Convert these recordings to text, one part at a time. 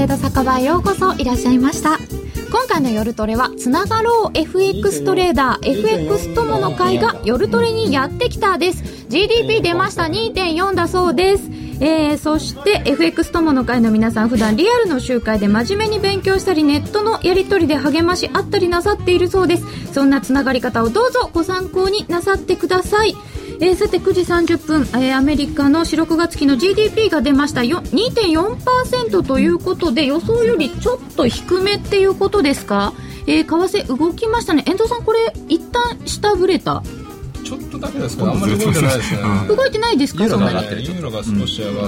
レード酒場へようこそいらっしゃいました。今回の夜トレはつながろう FX トレーダー FX 友の会が夜トレにやってきたです。 GDP 出ました。 2.4 だそうです。そして FX 友の会の皆さん、普段リアルの集会で真面目に勉強したりネットのやり取りで励まし合ったりなさっているそうです。そんなつながり方をどうぞご参考になさってください。さて9時30分、アメリカの4、6月期の GDP が出ました。 2.4% ということで、予想よりちょっと低めっていうことですか。為替動きましたね。遠藤さん、これ一旦下振れたちょっとだけですか。あんまり動いてないですね。 動いてないですか。 ユーロが少し上がって、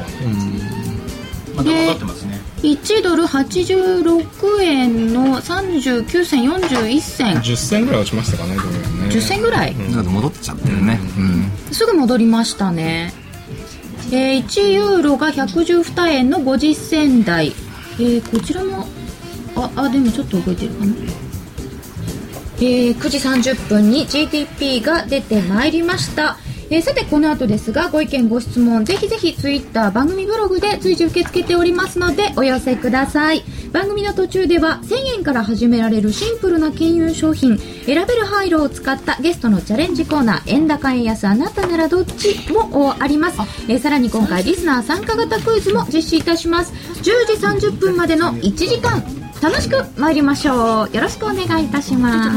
まだ上がってますね。 1ドル86円の39銭41銭 10銭ぐらい落ちましたかね。 10銭ぐらい、 戻っちゃってるね、 すぐ戻りましたね。1ユーロが112円の50銭台、こちらもでもちょっと動いてるかな。9時30分に GDP が出てまいりました。さてこの後ですが、ご意見ご質問ぜひぜひツイッター番組ブログで随時受け付けておりますのでお寄せください。番組の途中では1000円から始められるシンプルな金融商品、選べる廃炉を使ったゲストのチャレンジコーナー、円高円安あなたならどっちもあります。さらに今回リスナー参加型クイズも実施いたします。10時30分までの1時間楽しく参りましょう。よろしくお願いいたします。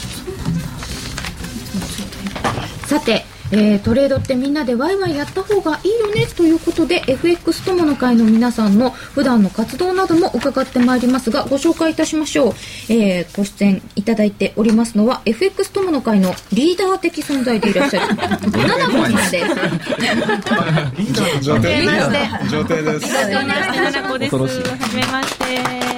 さてトレードってみんなでワイワイやった方がいいよねということで、 FX 友の会の皆さんの普段の活動なども伺ってまいりますが、ご紹介いたしましょう。ご出演いただいておりますのは FX 友の会のリーダー的存在でいらっしゃる七子さんです。 上帝です。よろしくお願いします。 七子です。はじめまして。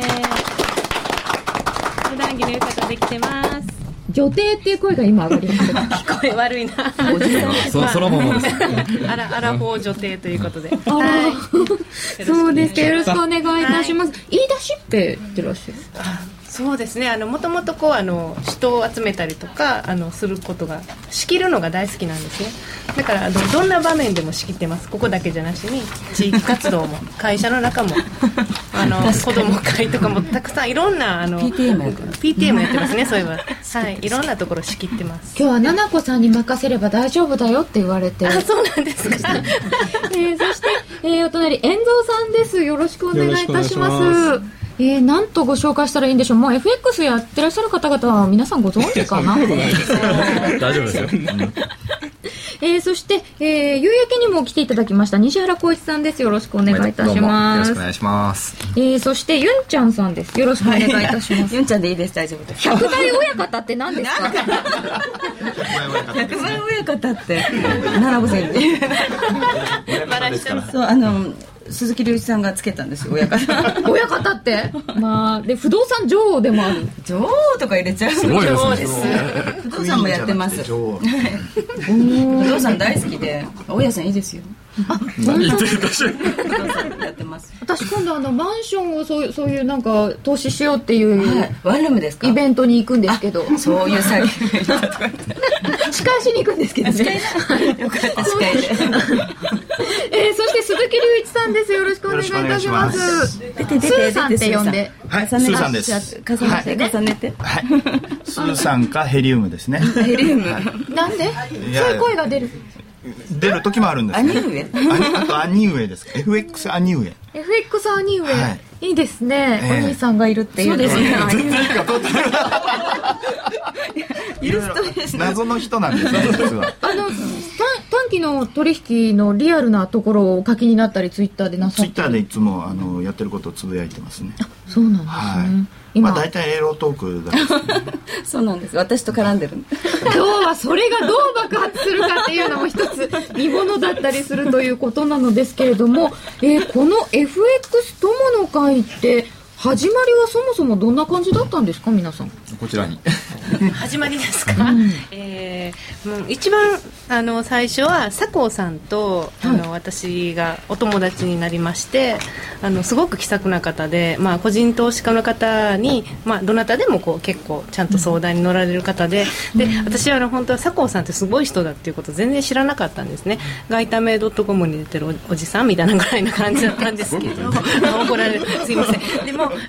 普段着の浴衣できてます。 女帝っていう声が今上がりました。 聞こえ悪いな。 そのままです。 アラフォー女帝ということで。 そうです。よろしくお願いいたします。言い出しっぺってらっしゃる。 そうですね。もともと人を集めたりとかすることが、仕切るのが大好きなんですね。だからどんな場面でも仕切ってます。ここだけじゃなしに地域活動も会社の中も子ども会とかもたくさんいろんなPTA もやってますね。そういえば、はい、いろんなところ仕切ってます。 今日は七子さんに任せれば大丈夫だよって言われて。 そうなんですか。 そして、お隣遠藤さんです。よろしくお願いいたします。なんとご紹介したらいいんでしょう。もう FX やってらっしゃる方々は皆さんご存知かな。 大丈夫ですよ。 そして、夕焼けにも来ていただきました西原浩一さんです。よろしくお願いいたします。 よろしくお願いします。 そしてユンちゃんさんです。よろしくお願いいたします。 ユンちゃんでいいです。大丈夫です。 百倍親方って何ですか。 百倍親方って7分線でそう鈴木隆一さんがつけたんですよ、親方。 親方ってで不動産女王でもある。 女王とか入れちゃう。 すごいですね。 女王です。不動産もやってます。不動産大好きで、大家さんいいですよ。 何言ってるかしら。 やってます。 私今度マンションをそういうなんか投資しようっていう、 ワンルームですか。 イベントに行くんですけど、 そういう作業司会しに行くんですけどね。 よかった、司会で。 そして鈴木隆一さんです。よろしくお願いいたします。スーさんって呼んで。 はい、スーさんです。 重ねて。 はい。スーさんかヘリウムですね。 ヘリウム。 なんで？そういう声が出る。 出る時もあるんです。 兄上。 あと兄上です。FX 兄上。 FX 兄上。いいですね。お兄さんがいるっていう。そうですね。 謎の人なんですね、実は。 短期の取引のリアルなところをお書きになったりツイッターでなさって。 ツイッターでいつもやってることをつぶやいてますね。 そうなんですね。 今大体エロトークだ。 そうなんです。私と絡んでる。 今日はそれがどう爆発するかっていうのも一つ見ものだったりするということなのですけれども、この FX 友の会って始まりはそもそもどんな感じだったんですか、皆さん。 こちらに始まりですか。一番最初は佐藤さんと私がお友達になりまして、すごく気さくな方で、個人投資家の方に、どなたでも結構ちゃんと相談に乗られる方で、私は本当は佐藤さんってすごい人だっていうことを全然知らなかったんですね。外為.comに出てる おじさんみたいなぐらいな感じだったんですけど怒られる、すいません。でも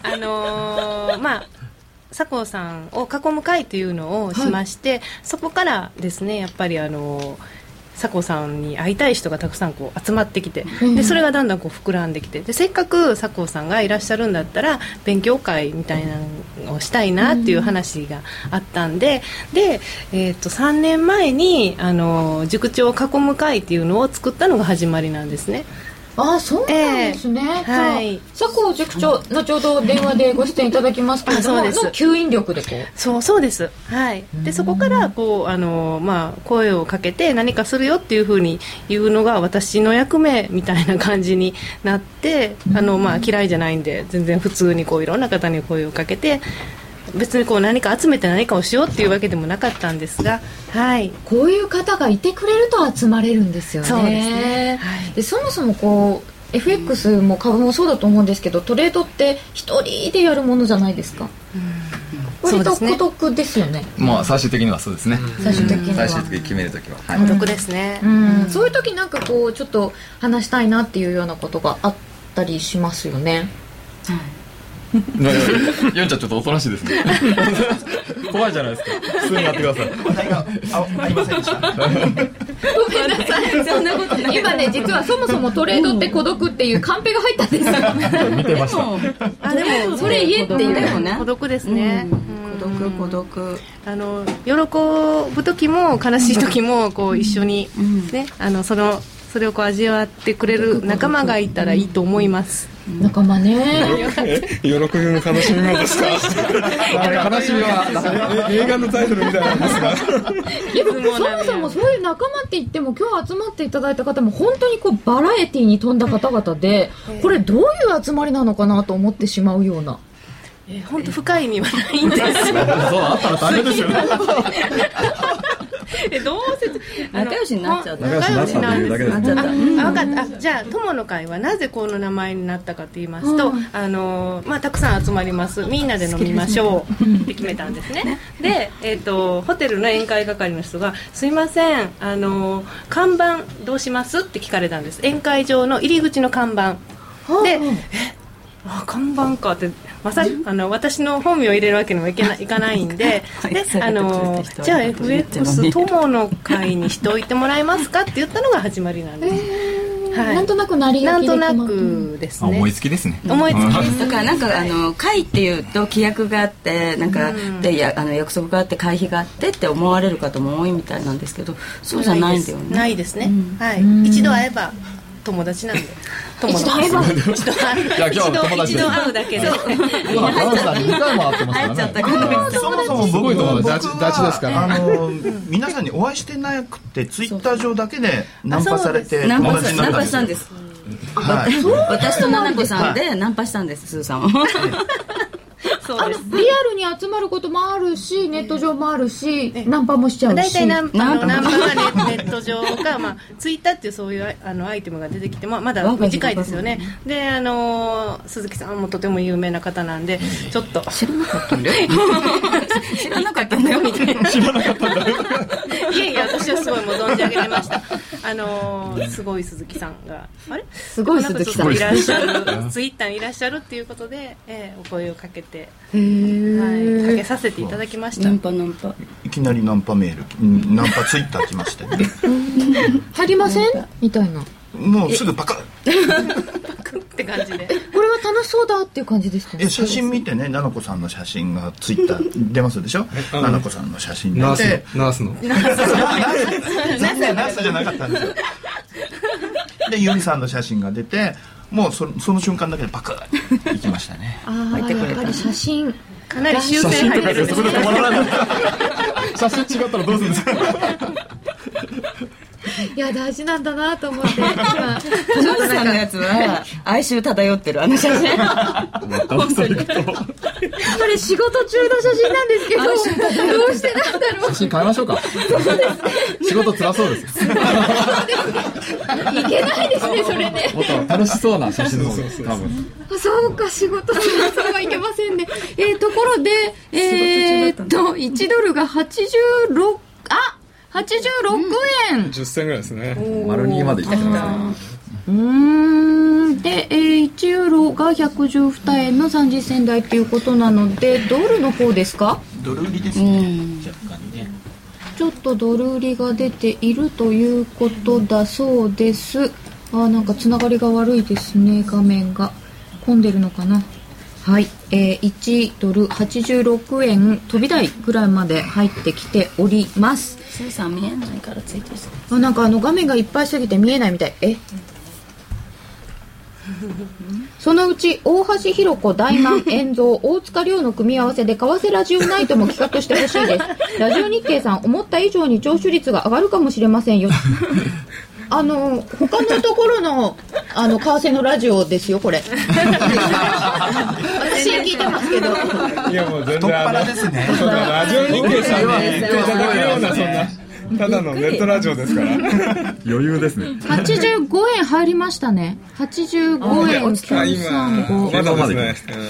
佐藤さんを囲む会というのをしまして、そこからですね、やっぱり佐藤さんに会いたい人がたくさん集まってきて、でそれがだんだん膨らんできて、でせっかく佐藤さんがいらっしゃるんだったら勉強会みたいなのをしたいなっていう話があったんで、3年前に塾長を囲む会っていうのを作ったのが始まりなんですね。 そうなんですね。はい。佐藤塾長、後ほど電話でご出演いただきますけれども、の吸引力でそうです。はい。でそこから声をかけて何かするよっていうふうに言うのが私の役目みたいな感じになって、嫌いじゃないんで全然普通にいろんな方に声をかけて。別に何か集めて何かをしようっていうわけでもなかったんですが、はい、 こういう方がいてくれると集まれるんですよね。 そうですね、 はい、でそもそもFX も株もそうだと思うんですけど、トレードって一人でやるものじゃないですか。割と孤独ですよね。 最終的にはそうですね。 最終的に決めるときは、 孤独ですね。 そういう時なんかちょっと話したいなっていうようなことがあったりしますよね。 ヨンちゃんちょっとおとなしいですね。怖いじゃないですか。普通にやってください。 話題がありませんでした。 ごめんなさい。そんなことない。今ね、実はそもそもトレードって孤独っていうカンペが入ったんですよ。 見てました。 でもそれ言えっていうね。 孤独ですね。 孤独。 喜ぶ時も悲しい時も一緒にね、それを味わってくれる仲間がいたらいいと思います。 仲間ね。 喜びも悲しみもですか。 悲しみは映画のタイトルみたいなんですが。 そもそもそういう仲間って言っても、今日集まっていただいた方も本当にバラエティに富んだ方々で、これどういう集まりなのかなと思ってしまうような。 本当深い意味はないんですよ。 そうあったら大変ですよね。 どうせ仲良しになっちゃった。 仲良しなんです。 分かった。じゃあ友の会はなぜこの名前になったかと言いますと、たくさん集まります。みんなで飲みましょうって決めたんですね。で、ホテルの宴会係の人がすいません、看板どうしますって聞かれたんです。宴会場の入り口の看板で。看板かって私の本名を入れるわけにもいかないんで、じゃあ FX 友の会にしておいてもらえますかって言ったのが始まりなんです。 なんとなく成り行きでなんとなくですね。 思いつきですね。 思いつきです。 だから会っていうと規約があってで約束があって会費があってって思われる方も多いみたいなんですけど、そうじゃないんだよね。 ないですね。はい。一度会えば友達なんで。 一度会えば一度会うだけで。 2回も会ってますからね。 そもそもすごいと思う。ダチですから。 皆さんにお会いしてなくて、ツイッター上だけでナンパされてナン友達になったパしたんです。私と奈々子さんでナンパしたんです、スーさんを。 そうです。 リアルに集まることもあるし、ネット上もあるし、ナンパもしちゃうし。 大体ナンパはネット上か、ツイッターっていうそういうアイテムが出てきてもまだ短いですよね。で、鈴木さんもとても有名な方なんで、ちょっと知らなかったんだよ。知らなかったんだよみたいな。 知らなかったんだよ。 いやいや、私はすごいもう存じ上げてました。すごい鈴木さんがすごい鈴木さんいらっしゃる、ツイッターにいらっしゃるっていうことで、お声をかけて、かけさせていただきました。 ナンパいきなりナンパメール、ナンパツイッター来まして入りませんみたいな。 もうすぐパクッって感じで、 これは楽しそうだっていう感じですかね。 写真見てね、奈々子さんの写真がツイッター出ますでしょ。奈々子さんの写真出て、 ナースのナースじゃなかったんですよ。でユミさんの写真が出て、もうその瞬間だけでパクッいきましたね。 やっぱり写真かなり修正入ってるんですけど、 写真違ったらどうするんですか。 いや大事なんだなと思って今田中さんのやつは哀愁漂ってる写真本当にこれ仕事中の写真なんですけどどうしてなんだろう。 写真変えましょうか。仕事辛そうです。 いけないですねそれね。 もっと楽しそうな写真の方が多分。 そうか仕事辛そうはいけませんね。ところで1ドルが86円 10銭ぐらいですね。 丸2までいってます。 で、1ユーロが112円の30銭台ということなのでドルの方ですか。 ドル売りですね、若干ね。 ちょっとドル売りが出ているということだそうです。なんかつながりが悪いですね。画面が混んでるのかな。はい、1ドル86円飛び台ぐらいまで入ってきております。 スーさん見えないからついてる。 なんか画面がいっぱいすぎて見えないみたい。そのうち大橋ひろ子大満円蔵大塚亮の組み合わせで為替ラジオナイトも企画してほしいです。ラジオ日経さん思った以上に聴取率が上がるかもしれませんよ。他のところの為替のラジオですよこれ。私聞いてますけど。 いやもう全太っ然腹ですね。 ラジオ日経さんに言っていただくようなそんなただのネットラジオですから。 余裕ですね。 85円入りましたね。85円935。 まだですね。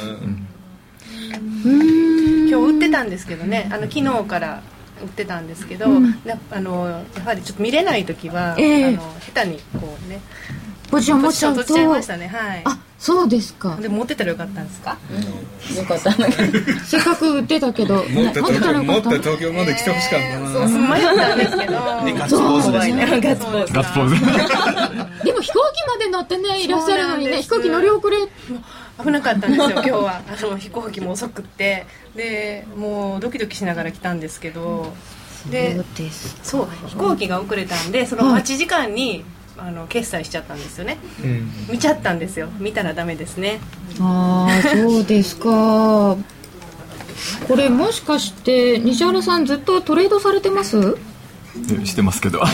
今日売ってたんですけどね、昨日から売ってたんですけど、やはりちょっと見れない時は、下手にこうねポジション持っちゃうと取っちゃいましたね。はい。 そうですか。 で持ってたらよかったんですか。 よかった。 せっかく売ってたけどもっと東京まで来てほしかったな。 そう迷ったんですけど。 ガッツポーズですね。 ガッツポーズ。 でも飛行機まで乗ってねいらっしゃるのにね、飛行機乗り遅れ危なかったんですよ今日は。飛行機も遅くってでもうドキドキしながら来たんですけど、そう飛行機が遅れたんでその待ち時間に決済しちゃったんですよね。見ちゃったんですよ。見たらダメですね。 そうですか。これもしかして西原さんずっとトレードされてます？ してますけど。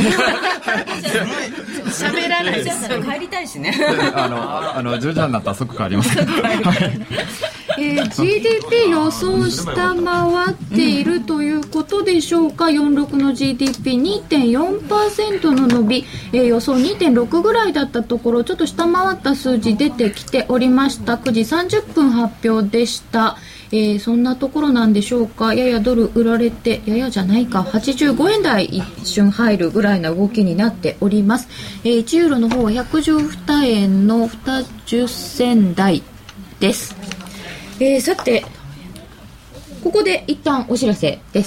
喋らないです。 帰りたいしね。 10時半になったら即帰ります。 GDP 予想下回っているということでしょうか。46の GDP2.4% の伸び、予想 2.6 ぐらいだったところちょっと下回った数字出てきておりました。9時30分発表でした。そんなところなんでしょうか。ややドル売られてややじゃないか85円台一瞬入るぐらいな動きになっております。1ユーロの方は112円の20銭台です。さてここで一旦お知らせです。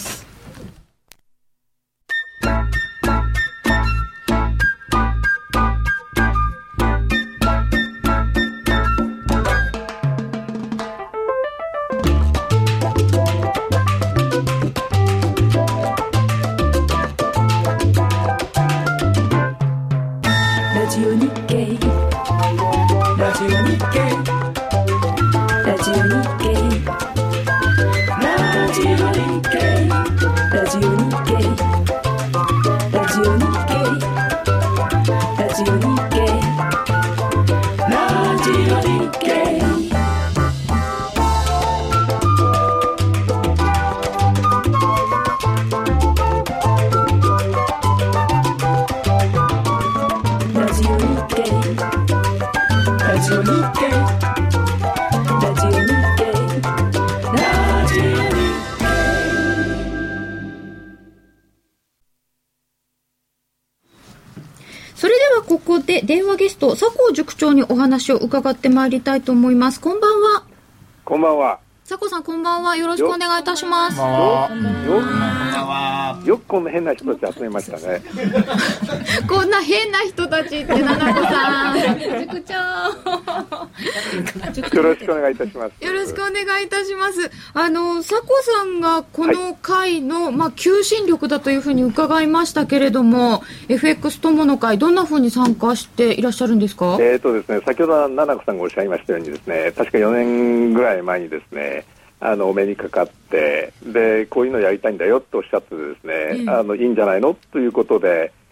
ここで電話ゲスト佐藤塾長にお話を伺ってまいりたいと思います。こんばんは。 こんばんは。 佐藤さんこんばんは。よろしくお願いいたします。 よくこんな変な人たち集めましたね。 こんな変な人たちって七子さん。塾長。 よろしくお願いいたします。 よろしくお願いいたします。佐藤さんがこの会の、求心力だというふうに伺いましたけれども、FX 友の会どんなふうに参加していらっしゃるんですか？ ですね、先ほど七子さんがおっしゃいましたようにですね、確か4年ぐらい前にですね、お目にかかってでこういうのやりたいんだよとおっしゃってですね、いいんじゃないのということで、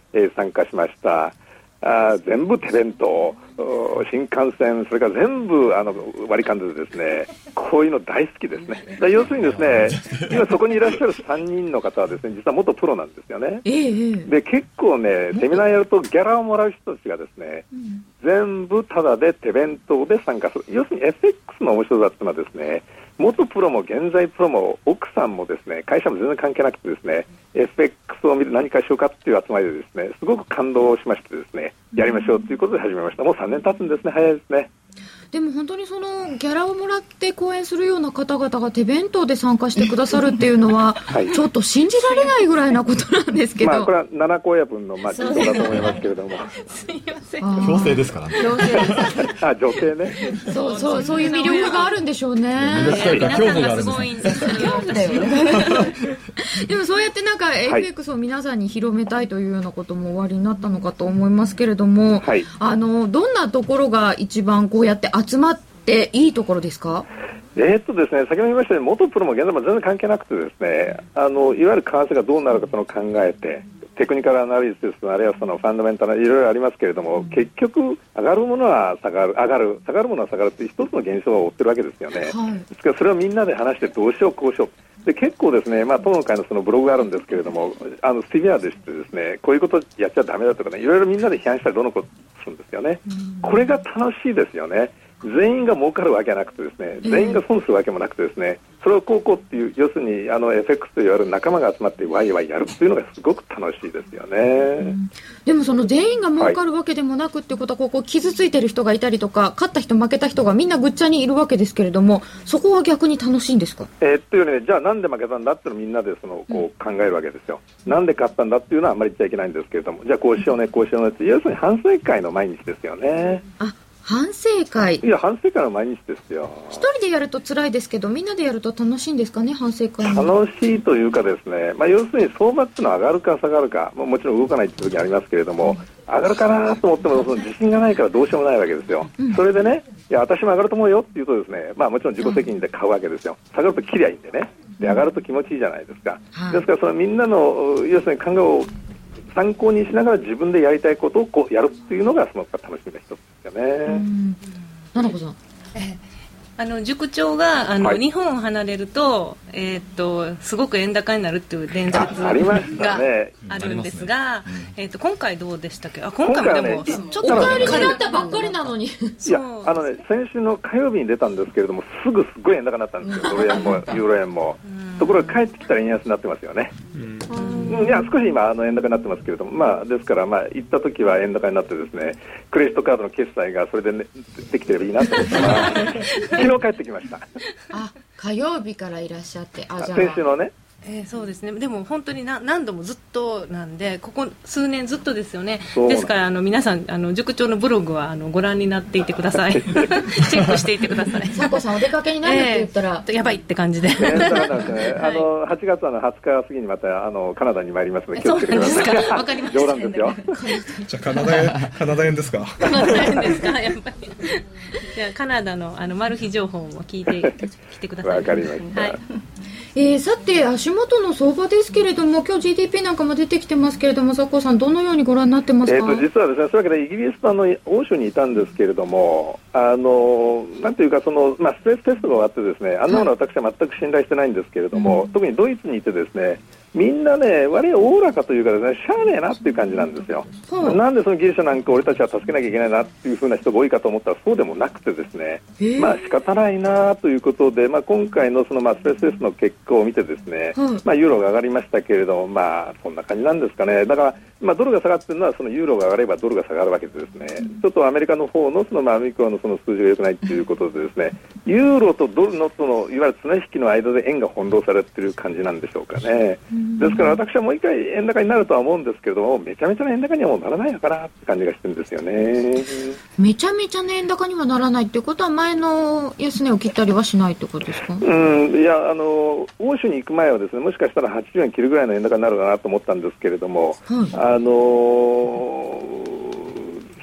参加しました。全部手弁当、新幹線、それから全部割り勘でですね、こういうの大好きですね。要するにですね、今そこにいらっしゃる3人の方はですね、実は元プロなんですよね。で、結構ね、セミナーやるとギャラをもらう人たちがですね、全部タダで手弁当で参加する。要するに FX の面白さっていうのはですね、元プロも現在プロも奥さんもですね、会社も全然関係なくてですね、FX を見る何かしようかっていう集まりでですね、すごく感動しましてですね、やりましょうということで始めました。もう3年経つんですね。早いですね。 でも本当にそのギャラをもらって講演するような方々が手弁当で参加してくださるっていうのは、ちょっと信じられないぐらいなことなんですけど、 これは7公夜分の人口だと思いますけれどもすいません、 強制ですからね。 女性ね。 そういう魅力があるんでしょうね。 恐怖があるんです恐怖だよね。 でもそうやってなんか FX を皆さんに広めたいというようなことも終わりになったのかと思いますけれども、どんなところが一番こうやって集まっていいところですか？ ですね、先ほど言いましたように元プロも現在も全然関係なくてですね、いわゆる為替がどうなるかというのを考えて、テクニカルアナリシス、あるいはそのファンダメンタルいろいろありますけれども、結局上がるものは下がる、下がるものは下がるっていう一つの現象を追ってるわけですよね。ですからそれをみんなで話してどうしようこうしようで、結構ですね、友の会のそのブログがあるんですけれども、シビアでしてですね、こういうことやっちゃダメだとかね、いろいろみんなで批判したりどうのことするんですよね。これが楽しいですよね。全員が儲かるわけはなくてですね、全員が損するわけもなくてですね、それをこうっていう、要するにFX といわれる仲間が集まってワイワイやるっていうのがすごく楽しいですよね。 でもその全員が儲かるわけでもなくってことは、ここ傷ついてる人がいたりとか、勝った人負けた人がみんなぐっちゃにいるわけですけれども、そこは逆に楽しいんですか？ というね、じゃあなんで負けたんだっていうのをみんなでこう考えるわけですよ。なんで勝ったんだっていうのはあんまり言っちゃいけないんですけれども、じゃあこうしようねこうしようねって、要するに反省会の毎日ですよね。 反省会。 いや、反省会の毎日ですよ。 一人でやると辛いですけど、みんなでやると楽しいんですかね、反省会も。 楽しいというかですね、要するに相場っていうのは上がるか下がるか、もちろん動かないっていう時ありますけれども、上がるかなと思ってもその自信がないからどうしようもないわけですよ。それでね、いや私も上がると思うよって言うとですね、もちろん自己責任で買うわけですよ。下がると切りゃいいんでね。で、上がると気持ちいいじゃないですか。ですからそのみんなの要するに考えを参考にしながら自分でやりたいことをこうやるっていうのがすごく楽しみな一つですよね。 なるほど。 塾長が日本を離れると、すごく円高になるっていう伝説があるんですが、今回どうでしたっけ？今回もでもちょっとお帰りになったばっかりなのに。いや、先週の火曜日に出たんですけれども、すぐすごい円高になったんですよ。ドル円もユーロ円も。ところが帰ってきたら円安になってますよね。いや、少し今円高になってますけれども、ですから行った時は円高になってですね、クレジットカードの決済がそれで、ね、できてればいいなと思ったら昨日帰ってきました。 火曜日からいらっしゃって、じゃあ先週のね。 そうですね。でも本当に何度もずっとなんで、ここ数年ずっとですよね。ですから皆さん塾長のブログはご覧になっていてください。チェックしていてください。 佐子さんお出かけになるって言ったら、 やばいって感じで。 8月20日過ぎにまたカナダに参りますので気をつけてください。 わかりました。 冗談ですよ。 じゃあカナダ円ですか？ カナダ円ですか？やっぱり。じゃあカナダのマル秘情報も聞いてきてください。 わかりました。 さて足元の相場ですけれども、今日 GDP なんかも出てきてますけれども、佐藤さんどのようにご覧になってますか？ 実はですね、そういうわけでイギリスの欧州にいたんですけれども、なんていうかストレステストが終わってですね、あんなものは私は全く信頼してないんですけれども、特にドイツにいてですね、みんなね、割合おおらかというかですね、しゃあねえなっていう感じなんですよ。なんでそのギリシャなんか俺たちは助けなきゃいけないなっていう風な人が多いかと思ったらそうでもなくてですね、仕方ないなということで、今回のそのストレステストの結果を見てですね、ユーロが上がりましたけれども、そんな感じなんですかね。だからドルが下がっているのはそのユーロが上がればドルが下がるわけでですね、ちょっとアメリカの方のそのアメリカのその数字が良くないということでですね、ユーロとドルのそのいわゆる綱引きの間で円が翻弄されている感じなんでしょうかね。ですから私はもう一回円高になるとは思うんですけれども、めちゃめちゃな円高にはもうならないのかなって感じがしてるんですよね。 めちゃめちゃな円高にはならないっていうことは、前の安値を切ったりはしないってことですか？いや、欧州に行く前はですね、もしかしたら80円切るぐらいの円高になるかなと思ったんですけれども、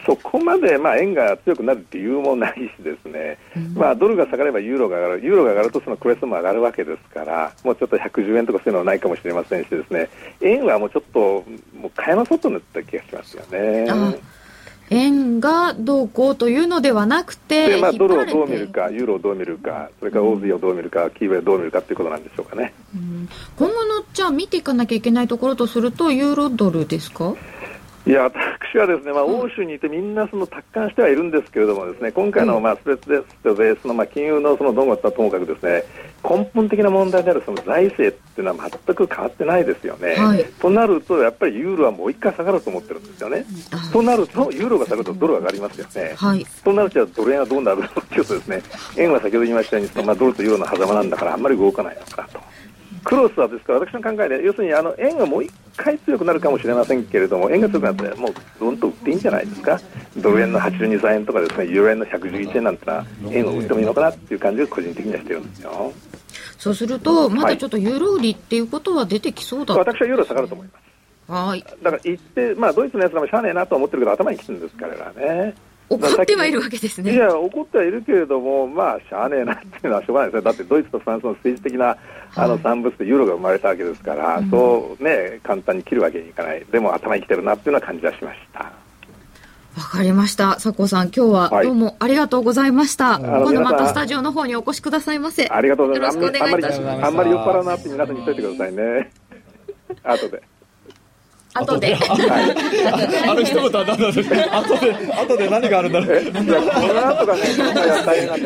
そこまで円が強くなる理由もないしですね、ドルが下がればユーロが上がる、ユーロが上がるとそのクレスも上がるわけですから、もうちょっと110円とかそういうのはないかもしれませんしですね、円はもうちょっともう蚊帳の外になった気がしますよね。 円がどうこうというのではなくて、 でドルをどう見るか、ユーロをどう見るか、それからオーズイをどう見るか、キーウェイをどう見るかということなんでしょうかね。 今後のじゃあ見ていかなきゃいけないところとするとユーロドルですか？ いや、私はですね、欧州にいてみんなその達観してはいるんですけれどもですね、今回のスプレッドベースの金融のそのどうともかくですね、根本的な問題であるその財政っていうのは全く変わってないですよね。となるとやっぱりユーロはもう一回下がると思ってるんですよね。となるとユーロが下がるとドルが上がりますよね。となるとドル円はどうなるのっていうとですね、円は先ほど言いましたようにそのドルとユーロの狭間なんだからあんまり動かないのかと。クロスはですから私の考えで要するに円がもう一回強くなるかもしれませんけれども、円が強くなってもうどんと売っていいんじゃないですか。ドル円の82、3円とかですね、ユーロ円の111円なんてのは円を売ってもいいのかなっていう感じを個人的にはしてるんですよ。 そうするとまたちょっとユーロ売りっていうことは出てきそうだ、 私はユーロ下がると思います。だから言ってドイツのやつらもしゃあねえなと思ってるけど頭にきてるんですからね。 怒ってはいるわけですね。 いや怒ってはいるけれどもしゃあねえなっていうのはしょうがないですね。だってドイツとフランスの政治的な産物でユーロが生まれたわけですから、そうね簡単に切るわけにいかない。でも頭にきてるなっていうような感じはしました。 わかりました。佐藤さん今日はどうもありがとうございました。今度またスタジオの方にお越しくださいませ。 ありがとうございます。 よろしくお願いいたします。 あんまり酔っ払うなって皆さんに言っといてくださいね。後であの一言は何なんですか？後で何があるんだろう。 この後がね、大変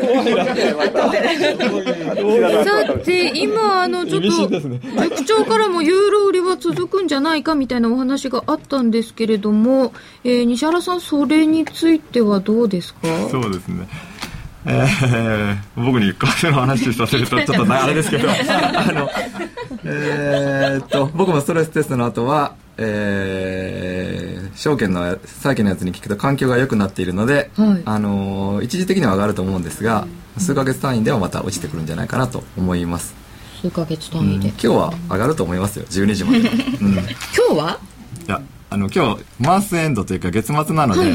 なんで。 さて今ちょっと塾長からもユーロ売りは続くんじゃないかみたいなお話があったんですけれども、西原さんそれについてはどうですか？ そうですね。僕に為替の話させるとちょっとあれですけど僕もストレステストの後は証券の債券のやつに聞くと環境が良くなっているので、一時的には上がると思うんですが、数ヶ月単位ではまた落ちてくるんじゃないかなと思います。 数ヶ月単位で、 今日は上がると思いますよ、12時まで、今日はいや今日マンスエンドというか月末なので、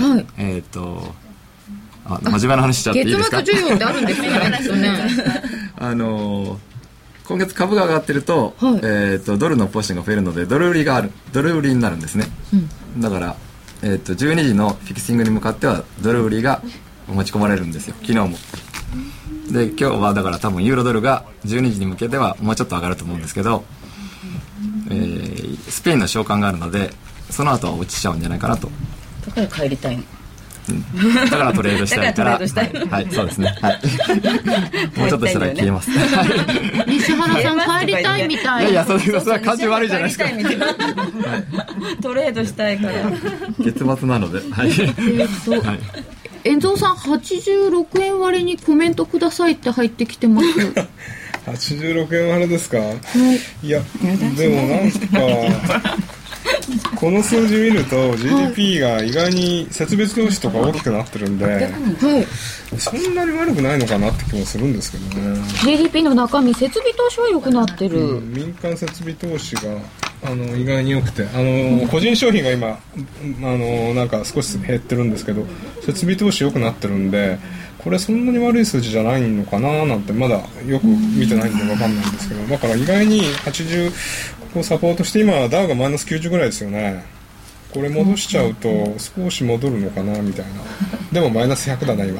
真面目な話しちゃっていいですか？ 月末需要ってあるんですよね。今月株が上がってると、ドルのポジションが増えるのでドル売りになるんですね、だから、12時のフィクシングに向かってはドル売りが持ち込まれるんですよ、昨日も。で今日はだから多分ユーロドルが12時に向けてはもうちょっと上がると思うんですけど、スペインの償還があるのでその後は落ちちゃうんじゃないかなと。 だから帰りたいの。 だからトレードしたいからはい、そうですね、もうちょっとしたら消えます。 西原さん帰りたいみたい。 いやそれは感じ悪いじゃないですか。 トレードしたいから月末なので、 遠藤さん86円割れにコメントくださいって入ってきてます 86円割れですか？いやでもなんかこの数字見ると GDP が意外に設備投資とか大きくなってるんで、そんなに悪くないのかなって気もするんですけどね。 GDP の中身設備投資は良くなってる、 民間設備投資が意外に良くて個人消費が今なんか少し減ってるんですけど設備投資良くなってるんで、これそんなに悪い数字じゃないのかななんてまだよく見てないんで分かんないんですけど、だから意外に80ここをサポートして今ダウがマイナス90ぐらいですよね。これ戻しちゃうと少し戻るのかなみたいな。でもマイナス100だな今。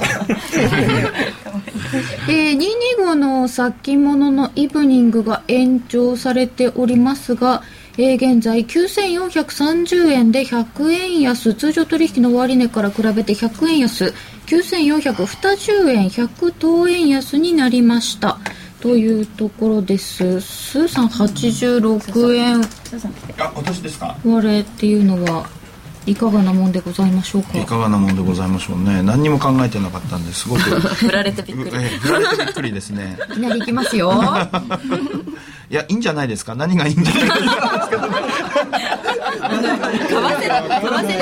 225の先物のイブニングが延長されておりますが、現在9430円で100円安、通常取引の終値から比べて100円安、9420円100等円安になりましたというところです。スーさん86円私ですか？ 割れっていうのはいかがなもんでございましょうか？ いかがなもんでございましょうね。何にも考えてなかったんですごく振られてびっくり振られてびっくりですね。 いきなりいきますよ。 いやいいんじゃないですか。何がいいんじゃないですか。 為替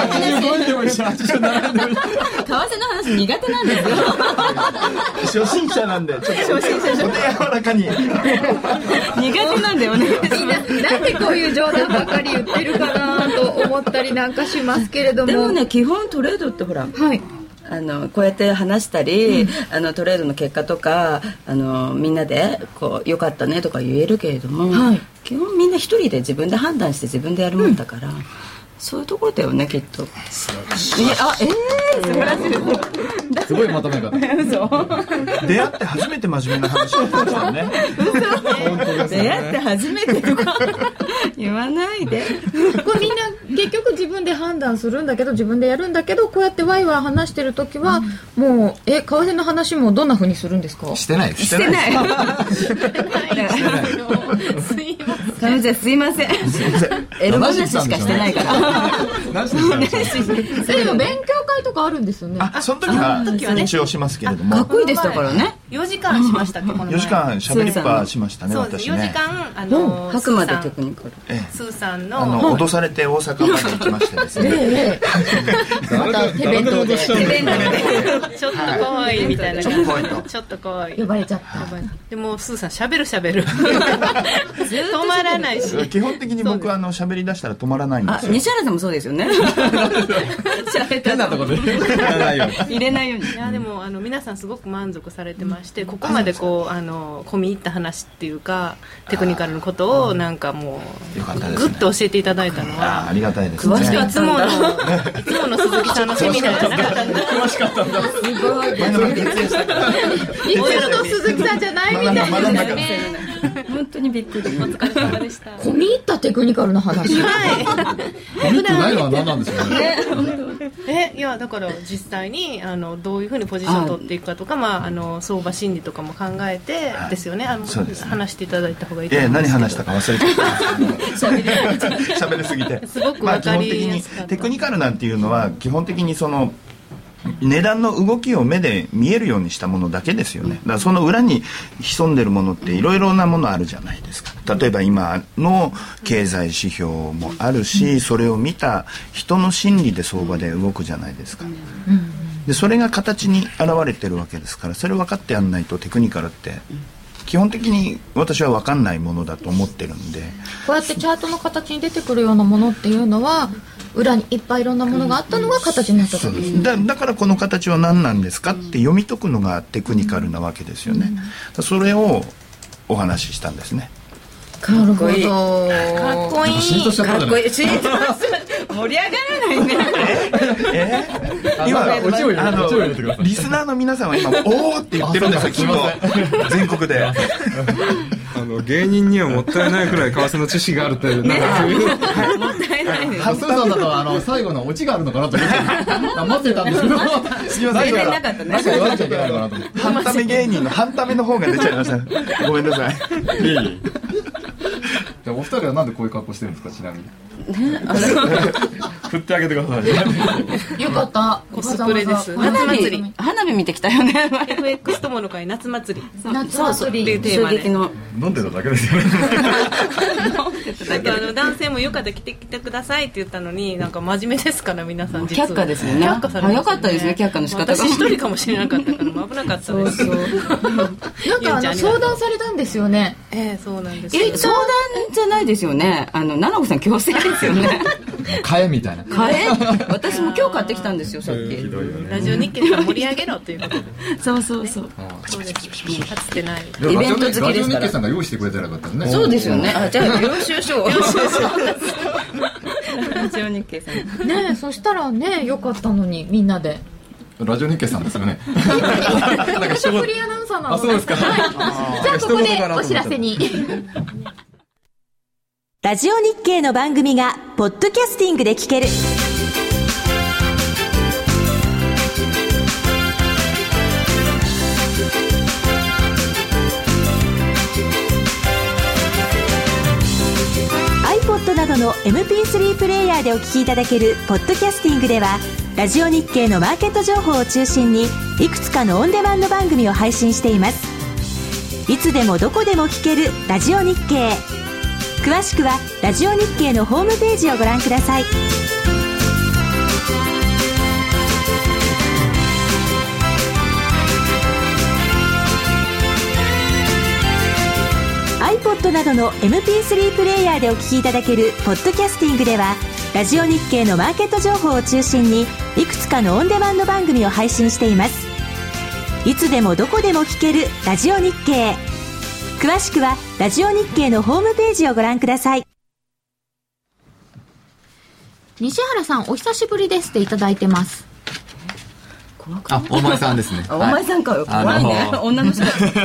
の話苦手なんですよ。 初心者なんでちょっと柔らかに苦手なんだよね。 なんでこういう冗談ばかり言ってるかなと思思ったりなんかしますけれども。 でもね、基本トレードってほら、はい、こうやって話したり、トレードの結果とかみんなでこう良かったねとか言えるけれども、はい、基本みんな一人で自分で判断して自分でやるもんだから、そういうところだよね、きっと。素晴らしい。 すごいまとめ方。 出会って初めて真面目な話をしましたよね。 出会って初めてとか言わないで。 これみんな結局自分で判断するんだけど、自分でやるんだけど、こうやってワイワイ話してるときは、もう為替の話もどんな風にするんですか？ してない。 すいません。すいません。エロ話しかしてないから。 何してたんですか？ でも勉強会とかあるんですよね。 その時は一応しますけれども。 かっこいいでしたからね。 4時間しましたっけ、この前。 4時間しゃべりっぱしましたね、私ね。 4時間白までテクニカル。 スーさんの脅されて大阪まで行きましてですね。 また手弁当で。 ちょっと怖いみたいな。ちょっと怖い。 呼ばれちゃった。 でもスーさんしゃべる。止まらないし。 基本的に僕はしゃべり出したら止まらないんですよ。 西原さんもそうですよね。 変なところで入れないように。 いやでも皆さんすごく満足されてまして、ここまでこう込み入った話っていうかテクニカルのことをなんかもうグッと教えていただいたのはありがたいですね。 いつもの鈴木さんのセミナーじゃなかったんだ。 詳しかったんだ。 すごい。 いつもの鈴木さんじゃないみたいなね。 本当にびっくり。 お疲れ様でした。 込み入ったテクニカルな話。 込み入ってないのは何なんでしょうね。 いやだから実際にどういうふうにポジションを取っていくかとか、相場心理とかも考えてですよね。話していただいた方がいいと思います。 何話したか忘れちゃった。喋りすぎて。 すごく分かりやすかった。 テクニカルなんていうのは基本的に値段の動きを目で見えるようにしたものだけですよね。だからその裏に潜んでるものっていろいろなものあるじゃないですか。例えば今の経済指標もあるし、それを見た人の心理で相場で動くじゃないですか。でそれが形に現れてるわけですから、それ分かってやんないとテクニカルって基本的に私は分かんないものだと思ってるんで、 こうやってチャートの形に出てくるようなものっていうのは裏にいっぱいいろんなものがあったのが形になったとです、 だからこの形は何なんですかって読み解くのがテクニカルなわけですよね。それをお話ししたんですね。 なるほど。かっこいい。 かっこいい。盛り上がらないね。 今リスナーの皆さんは今おーって言ってるんですよ、きっと全国で。 芸人にはもったいないくらい為替の知識があるっていう、なんかそういう。 もったいないね。 スーさんだと最後のオチがあるのかなと思って待ってたんですけど、 すみません。 全然なかったね。 何か言わなきゃいけないかなと思って。 半ため芸人の半ための方が出ちゃいました。ごめんなさい。 お二人はなんでこういう格好してるんですか、ちなみに。振ってあげてください。 よかった。 コスプレです。 花火見てきたよね。 FX 友の会夏祭り。 夏祭りっていうテーマで。 飲んでただけですよね。 男性もよかったら来てきてくださいって言ったのに、なんか真面目ですから皆さん実は。 却下ですよね。 却下されましたね。 早かったですね、却下の仕方が。 私一人かもしれなかったから危なかったです。 なんか相談されたんですよね。 そうなんです。 相談じゃないですよね。七子さん強制ですよね。 買えみたいな。 買え。私も今日買ってきたんですよ、さっき。 ラジオ日経さん盛り上げろということで。 そうそうそう。 そうです。かつてない。 イベント好きですから。 ラジオ日経さんが用意してくれてなかったね。 そうですよね。じゃあ領収書を。ラジオ日経さん。 ね、そしたらね、よかったのにみんなで。 ラジオ日経さんですよね。 フリーアナウンサーなので。 そうですか。じゃあここでお知らせに。 ラジオ日経の番組がポッドキャスティングで聞ける。iPod などの MP3 プレイヤーでお聞きいただけるポッドキャスティングでは、ラジオ日経のマーケット情報を中心にいくつかのオンデマンド番組を配信しています。いつでもどこでも聞けるラジオ日経。詳しくはラジオ日経のホームページをご覧ください。iPod などの MP3 プレイヤーでお聞きいただけるポッドキャスティングでは、 ラジオ日経のマーケット情報を中心にいくつかのオンデマンド番組を配信しています。いつでもどこでも聞けるラジオ日経。詳しくはラジオ日経のホームページをご覧ください。 西原さんお久しぶりですっていただいてます。 大前さんですね。 大前さんかよ、怖いね。女の人だった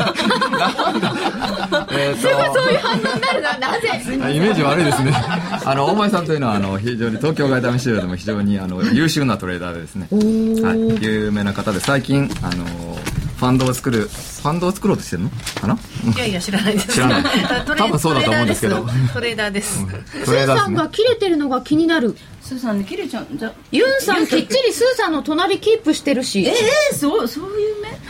そういう反応になるのはなぜイメージ悪いですね。大前さんというのは非常に東京外為市場でも非常に優秀なトレーダーでですね、はい、有名な方で、最近ファンドを作ろうとしてるのかな。 いやいや知らないです。 知らない多分そうだと思うんですけど、 トレーダーです。 スーさんが切れてるのが気になる。 スーさんで切れちゃうじゃ。 ユンさんきっちりスーさんの隣キープしてるし。 そういう目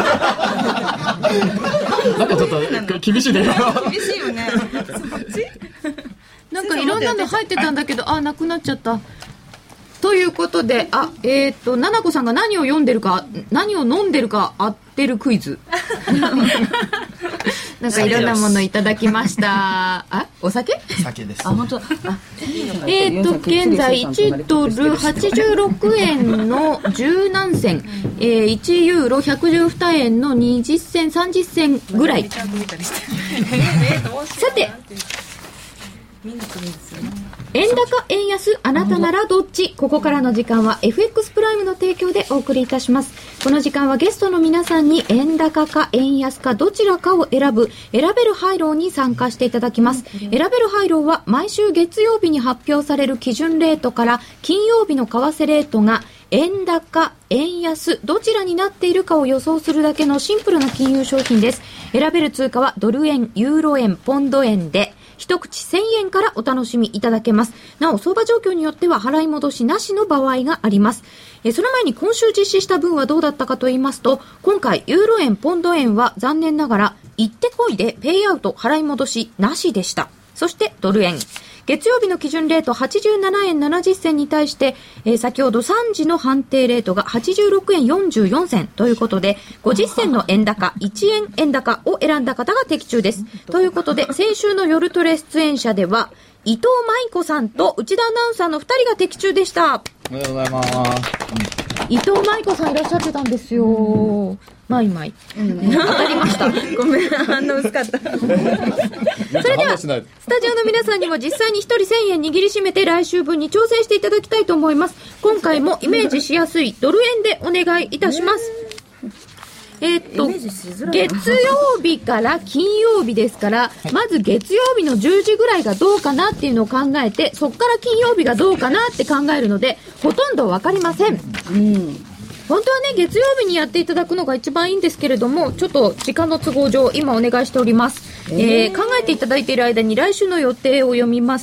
なんかちょっと厳しいね。 厳しいよね。そっちなんかいろんなの入ってたんだけど、なくなっちゃった。ということで、ななこさんが何を読んでるか、何を飲んでるか当てるクイズ。なんかいろんなものいただきました。お酒？ 酒です。 本当。 現在1ドル86円の10何銭、1ユーロ112円の20銭30銭ぐらい。さて、円高円安あなたならどっち。ここからの時間は FX プライムの提供でお送りいたします。この時間はゲストの皆さんに円高か円安かどちらかを選べるハイローに参加していただきます。選べるハイローは毎週月曜日に発表される基準レートから金曜日の為替レートが円高円安どちらになっているかを予想するだけのシンプルな金融商品です。選べる通貨はドル円、ユーロ円、ポンド円で一口1000円からお楽しみいただけます。なお相場状況によっては払い戻しなしの場合があります。その前に今週実施した分はどうだったかと言いますと、今回ユーロ円ポンド円は残念ながら行ってこいでペイアウト払い戻しなしでした。そしてドル円月曜日の基準レート87円70銭に対して、先ほど3時の判定レートが86円44銭ということで、50銭の円高、1円円高を選んだ方が的中です。ということで、先週の夜トレ出演者では、伊藤舞子さんと内田アナウンサーの2人が的中でした。 おはようございます。 伊藤舞子さんいらっしゃってたんですよ。当たりました。 ごめん、反応薄かった。それではスタジオの皆さんにも実際に1人1000円握りしめて来週分に挑戦していただきたいと思います。今回もイメージしやすいドル円でお願いいたします。月曜日から金曜日ですから、まず月曜日の10時ぐらいがどうかなっていうのを考えて、そこから金曜日がどうかなって考えるのでほとんど分かりません。本当はね、月曜日にやっていただくのが一番いいんですけれども、ちょっと時間の都合上今お願いしております。考えていただいている間に来週の予定を読みます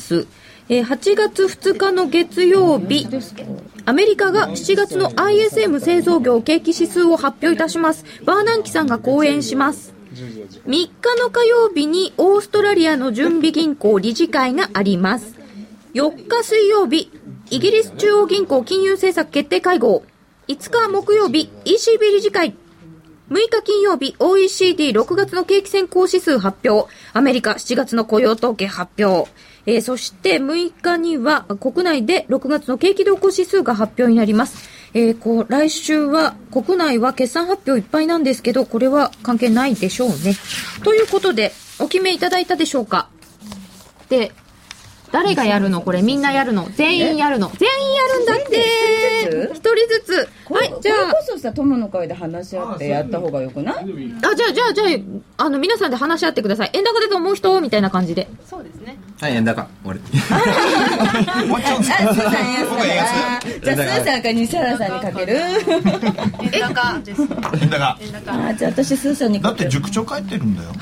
。8月2日の月曜日、アメリカが7月の ISM 製造業景気指数を発表いたします。バーナンキさんが講演します。3日の火曜日にオーストラリアの準備銀行理事会があります。4日水曜日、イギリス中央銀行金融政策決定会合。5日木曜日 ECB 理事会。6日金曜日 OECD6 月の景気先行指数発表。アメリカ7月の雇用統計発表。そして6日には国内で6月の景気動向指数が発表になります。来週は国内は決算発表いっぱいなんですけど、これは関係ないでしょうね。ということでお決めいただいたでしょうか。で、誰がやるの？これみんなやるの？全員やるの？全員やるんだって。一人ずつ。はい、じゃあ。 これこそさ、友の会で話し合ってやった方がよくない？ じゃあ、皆さんで話し合ってください。円高だと思う人みたいな感じで。 そうですね。 はい、円高。俺。 スーさん安かな。じゃあ、スーさんか西原さんにかける？ 円高です。 円高。 じゃあ私スーさんにだって塾長帰ってるんだよ。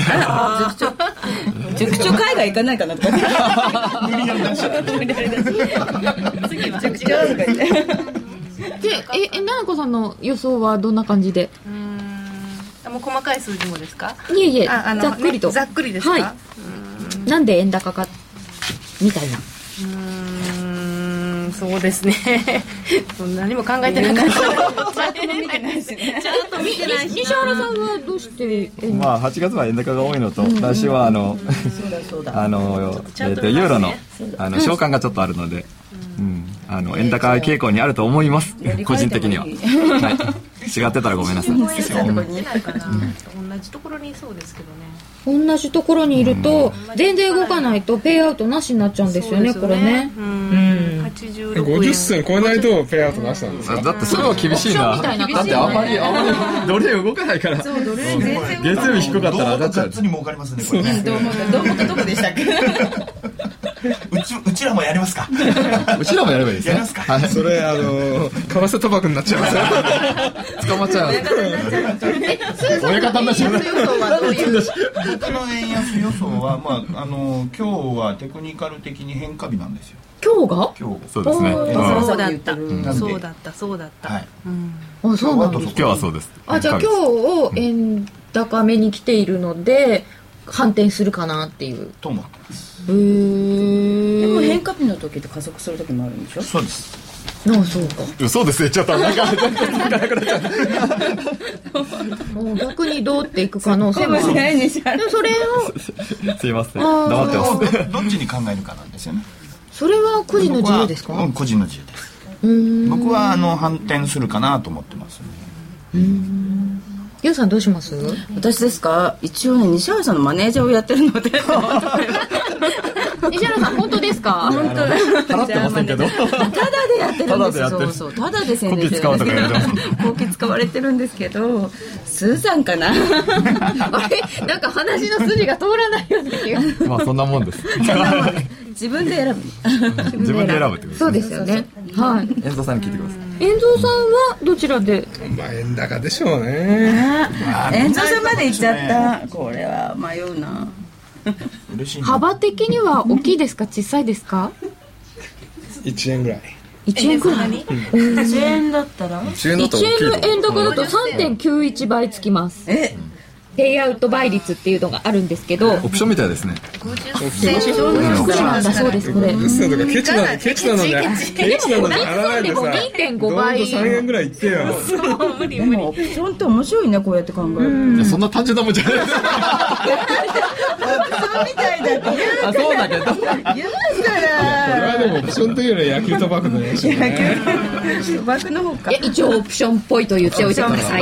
塾長海外行かないかなとか。 無理やり出しちゃった。 次は塾長とか言って。 で、ななこさんの予想はどんな感じで？ もう細かい数字もですか？ いえ、ざっくりと。 ざっくりですか？ はい。なんで円高かみたいな。 そうですね何も考えてなかったちゃんと見てないしね。 ちゃんと見てないし西原さんはどうしてまあ8月は円高が多いのと、来週はユーロの償還がちょっとあるので、円高傾向にあると思います。個人的には。はい。違ってたらごめんなさい。 同じところにいそうですけどね。 同じところにいると全然動かないとペイアウトなしになっちゃうんですよね、これね。 50銭超えないとペイアウトなしなんですか？ だってそれは厳しいな。だってあまりドル円動かないから。 そう、ドル円全然月曜日低かったら上がっちゃう。 がっつり儲かりますね、これね。 どうもでしたっけ？ うちらもやりますか？ うちらもやればいいですね。 やりますか？ はい。 それ為替賭博になっちゃいますよ。 捕まっちゃう。親方になっちゃう。 僕の円安予想は、今日はテクニカル的に変化日なんですよ。 今日が？ 今日。 そうですね。 そうだった。 はい。 あ、そうなんです。 今日はそうです。 あ、じゃあ今日円高めに来ているので反転するかなっていう。 と思ってます。 でも変化日の時って加速する時もあるんでしょ？ そうです。 ああ、そうか。 そうですね。ちょっとなんかもう逆にどうっていく可能性もある。でもそれをすいません。黙ってます。 どっちに考えるかなんですよね。 それは個人の自由ですか？ 個人の自由です。僕は反転するかなと思ってます。 ゆうさんどうします？ 私ですか？一応ね、西原さんのマネージャーをやってるので西原さん本当ですか？ 本当払ってませんけど、 ただでやってるんですよ。そう、ただで宣伝してるんですけど、こき使われてるんですけど、スーさんかな。あれ、なんか話の筋が通らないような気が。 まあそんなもんです。 自分で選ぶ。 自分で選ぶってことですね。 そうですよね。はい。 遠藤さんに聞いてください。 遠藤さんはどちらで？ 円高でしょうね。 遠藤さんまで行っちゃった。これは迷うな。 幅的には大きいですか、小さいですか ？1円ぐらい。 1円ぐらい。 1円だったら 1円の円高だと 3.91 倍つきます。ペイアウト倍率っていうのがあるんですけど、 オプションみたいですね。 オプションだそうです。これ嘘とかケチなのに払わないでさ、 2.5 倍 3円ぐらいいってよ。 でもオプションって面白いね、こうやって考える。 そんな単純なもんじゃないです。 みたいだって言うから。 そうだけど。 言うから。 これはでもオプションというよりは野球賭博の練習ね。 賭博の方か。 一応オプションっぽいと言っておいてください。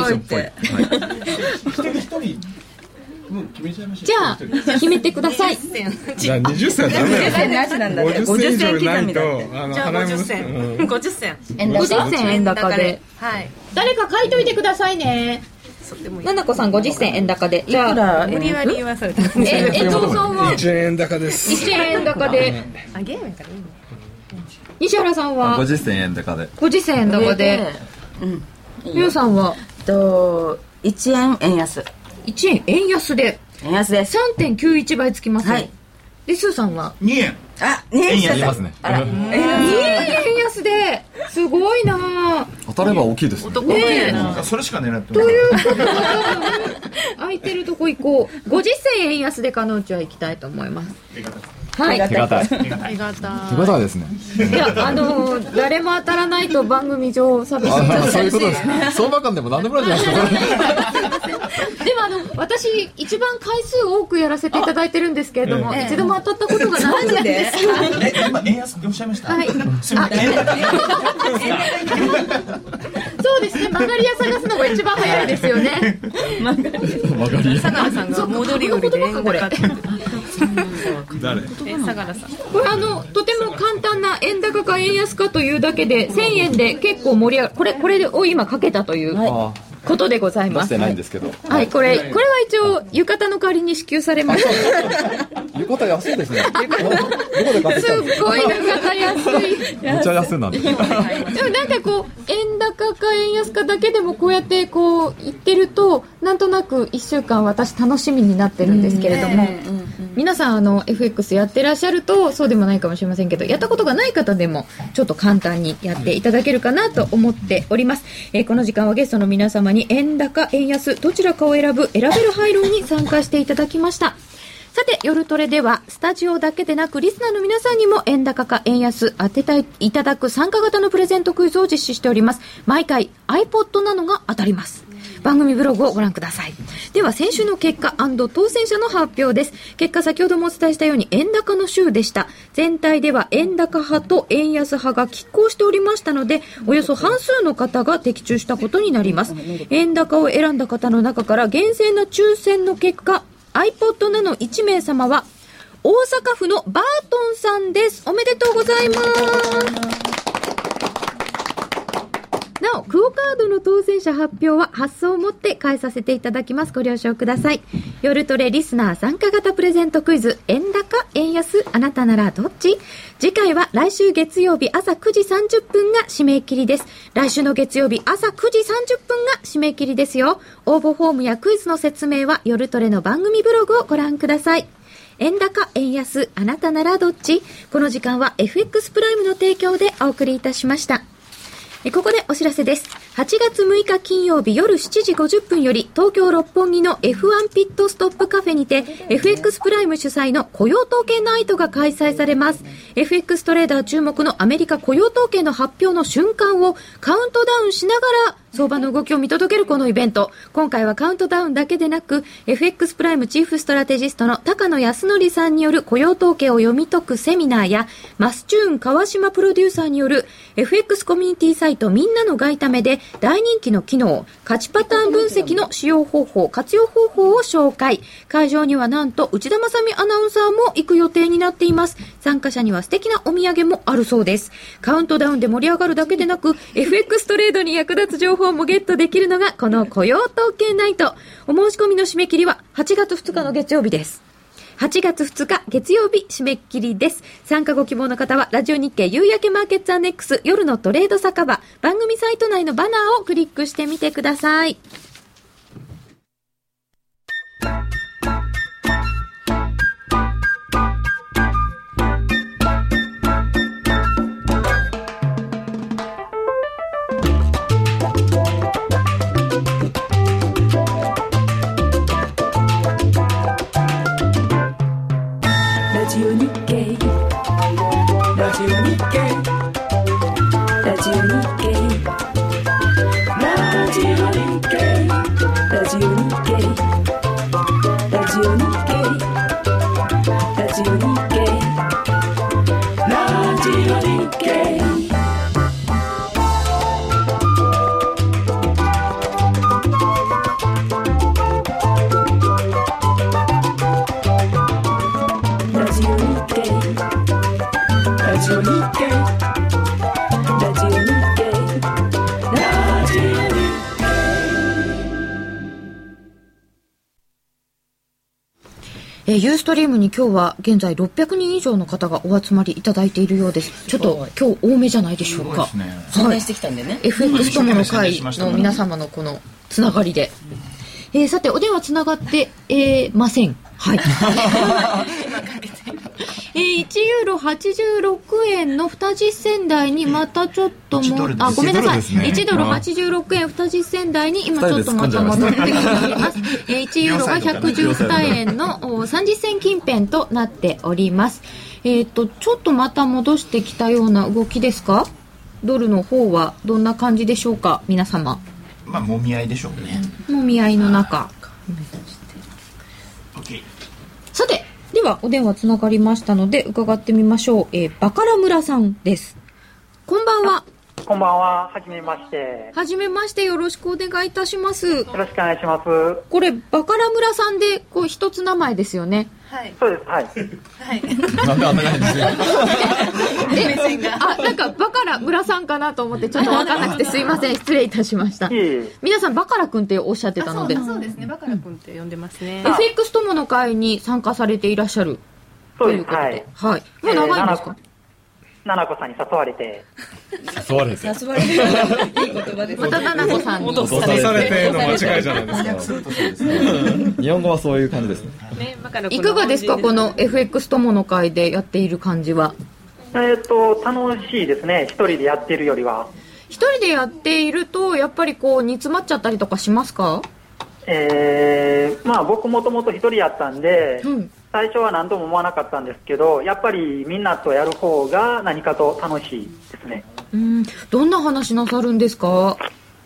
じゃあ決めてください。 じゃあ20銭ダメだよ。50銭以上ないとじゃあ50銭。50銭。 50銭円高で。 はい。 誰か書いといてくださいね。ななこさん50銭円高で。じゃあ無理やり言わされた。 遠藤さんは 1円高です。 1円高で。 あ、ゲームやからいいね。 西原さんは 50銭円高で。 50銭円高で。ゆうさんは 1円円安。 1円円安で。 円安です。 3.91 倍つきます。 はい。 で、スーさんは 2円。 あ、2円言いますね。 2円安で、すごいな。 当たれば大きいですね。 男ね。 それしか狙ってない。 ということで、空いてるとこ行こう。50銭円安で加納町は行きたいと思います。はい。 手堅い。 手堅いですね。 いや、誰も当たらないと番組上寂しい。 そういうことですね。相場感でも何でもないじゃないですか。 でも私一番回数多くやらせていただいてるんですけれども、一度も当たったことがないんです。 今円安っておっしゃいました。 はい。そうですね。曲がり屋探すのが一番早いですよね。 曲がり屋。 相良さんが戻り売りで円高。 誰？ 相良さん。 これとても簡単な円高か円安かというだけで1000円で結構盛り上がる。これを今かけたということでございます。 出してないんですけど。 はい、これは一応浴衣の代わりに支給されます。 浴衣安いですね。どこで買ってきたすっごい浴衣安い。 めっちゃ安いなんで。 でもなんか円高か円安かだけでもこうやって言ってるとなんとなく1週間私楽しみになってるんですけれども、皆さんFX やってらっしゃるとそうでもないかもしれませんけど、やったことがない方でもちょっと簡単にやっていただけるかなと思っております。この時間はゲストの皆様に円高円安どちらかを選べるハイローに参加していただきました。 さて、夜トレではスタジオだけでなくリスナーの皆さんにも円高か円安当てていただく参加型のプレゼントクイズを実施しております。毎回 iPod なのが当たります。番組ブログをご覧ください。では先週の結果&当選者の発表です。結果、先ほどもお伝えしたように円高の週でした。全体では円高派と円安派が拮抗しておりましたので、およそ半数の方が的中したことになります。円高を選んだ方の中から厳正な抽選の結果、iPod なの1名様は大阪府のバートンさんです。おめでとうございます。なお、クオカードの当選者発表は発送をもって返させていただきます。ご了承ください。夜トレリスナー参加型プレゼントクイズ、円高円安あなたならどっち？次回は来週月曜日朝9時30分が締め切りです。来週の月曜日朝9時30分が締め切りですよ。応募フォームやクイズの説明は夜トレの番組ブログをご覧ください。円高円安あなたならどっち？この時間は FX プライムの提供でお送りいたしました。ここでお知らせです。8月6日金曜日夜7時50分より東京六本木の F1 ピットストップカフェにて FX プライム主催の雇用統計ナイトが開催されます。FX トレーダー注目のアメリカ雇用統計の発表の瞬間をカウントダウンしながら相場の動きを見届けるこのイベント。今回はカウントダウンだけでなく FX プライムチーフストラテジストの高野康則さんによる雇用統計を読み解くセミナーやマスチューン川島プロデューサーによる FX コミュニティサイトみんなの外為で大人気の機能価値パターン分析の使用方法活用方法を紹介。会場にはなんと内田まさみアナウンサーも行く予定になっています。参加者には素敵なお土産もあるそうです。カウントダウンで盛り上がるだけでなく FX トレードに役立つ情報もゲットできるのがこの雇用統計ナイト。お申し込みの締め切りは8月2日の月曜日です。8月2日月曜日締め切りです。参加ご希望の方はラジオ日経夕焼けマーケッツアネックス夜のトレード酒場番組サイト内のバナーをクリックしてみてください。ユーストリームに今日は現在600人以上の方がお集まりいただいているようです。ちょっと今日多めじゃないでしょうか。 相談してきたんでね。 FX 友の会の皆様のこのつながりで。さてお電話つながってません。はい。1ユーロ86円の2実銭台にまたちょっとごめんなさい、1ドル86円2実銭台に今ちょっとまた戻ってきております。1ユーロが112円の30銭近辺となっております。ちょっとまた戻してきたような動きですか？ドルの方はどんな感じでしょうか皆様。 まあもみ合いでしょうね。 もみ合いの中。さてではお電話つながりましたので伺ってみましょう。バカラ村さんです。こんばんは。 こんばんは。はじめまして。 はじめまして。よろしくお願いいたします。 よろしくお願いします。 これバカラ村さんでこう一つ名前ですよね。 はい。そうです。はい。 はい。なんであんな感じですよ。なんかバカラ村さんかなと思ってちょっと分かんなくてすいません。失礼いたしました。皆さんバカラ君っておっしゃってたので。 そうですね。バカラ君って呼んでますね。 FX 友の会に参加されていらっしゃるということで。はい。もう長いんですか？ ななこさんに誘われて誘われていい言葉です。 またななこさんに誘されての間違いじゃないですか。 日本語はそういう感じですね。 いかがですかこの FX 友の会でやっている感じは。 楽しいですね。一人でやってるよりは。 一人でやっているとやっぱりこう煮詰まっちゃったりとかしますか？ まあ僕もともと一人やったんで、 最初は何とも思わなかったんですけど、やっぱりみんなとやる方が何かと楽しいですね。 どんな話なさるんですか？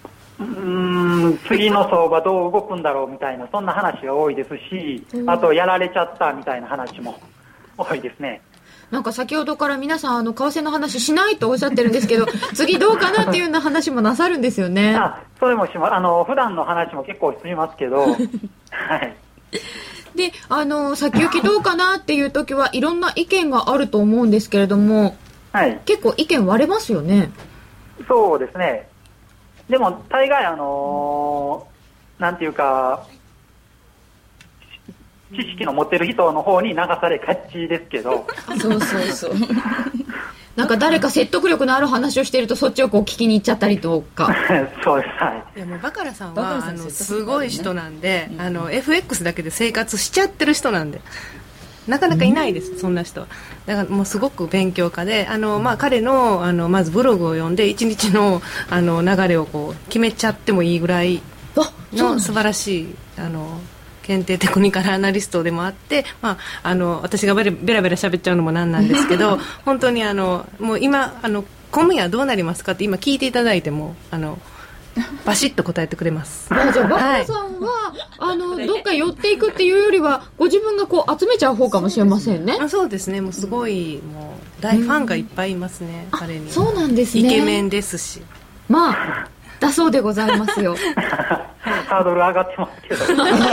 次の相場どう動くんだろうみたいな、そんな話が多いですし、あとやられちゃったみたいな話も多いですね。 なんか先ほどから皆さん為替の話しないとおっしゃってるんですけど次どうかなっていうような話もなさるんですよね。 それも普段の話も結構しますけどはい。 で先行きどうかなっていう時はいろんな意見があると思うんですけれども、はい、結構意見割れますよね。 そうですね。でも大概なんていうか知識の持ってる人の方に流されがちですけどそうなんか誰か説得力のある話をしているとそっちをこう聞きに行っちゃったりとかそうです、はい。 いやもうバカラさんはすごい人なんで、FX だけで生活しちゃってる人なんでなかなかいないです、そんな人は。だからもうすごく勉強家で彼のまずブログを読んで一日の流れをこう決めちゃってもいいぐらいの素晴らしい検定テクニカルアナリストでもあって、私がベラベラ喋っちゃうのもなんなんですけど本当にもう今今夜どうなりますかって今聞いていただいてもバシッと答えてくれます。 じゃあバカさんは、どっか寄っていくっていうよりはご自分がこう集めちゃう方かもしれませんね。 そうですね。もうすごいもう大ファンがいっぱいいますね、彼に。 そうなんですね。 イケメンですしだそうでございますよハードル上がってますけど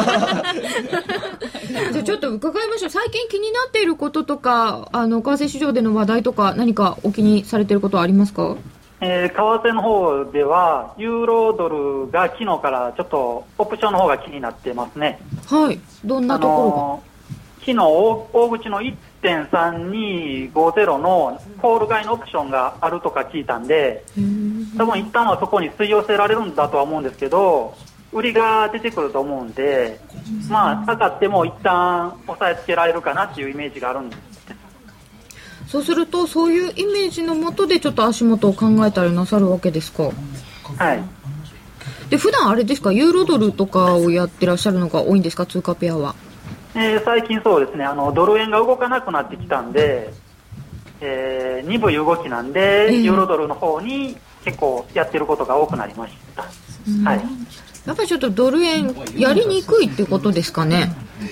じゃあちょっと伺いましょう。最近気になっていることとか為替市場での話題とか何かお気にされていることはありますか？ 為替の方ではユーロドルが昨日からちょっとオプションの方が気になってますね。 はい。どんなところが？昨日大口の 1.3250 のコール買いのオプションがあるとか聞いたんで、多分一旦はそこに吸い寄せられるんだとは思うんですけど、売りが出てくると思うんで、下がっても一旦押さえつけられるかなっていうイメージがあるんです。 そうするとそういうイメージのもとでちょっと足元を考えたりなさるわけですか？ はい。 で普段あれですか、ユーロドルとかをやってらっしゃるのが多いんですか、通貨ペアは？ 最近そうですね、ドル円が動かなくなってきたんで、鈍い動きなんで、ユーロドルの方に結構やってることが多くなりました。はい。 やっぱりちょっとドル円やりにくいってことですかね？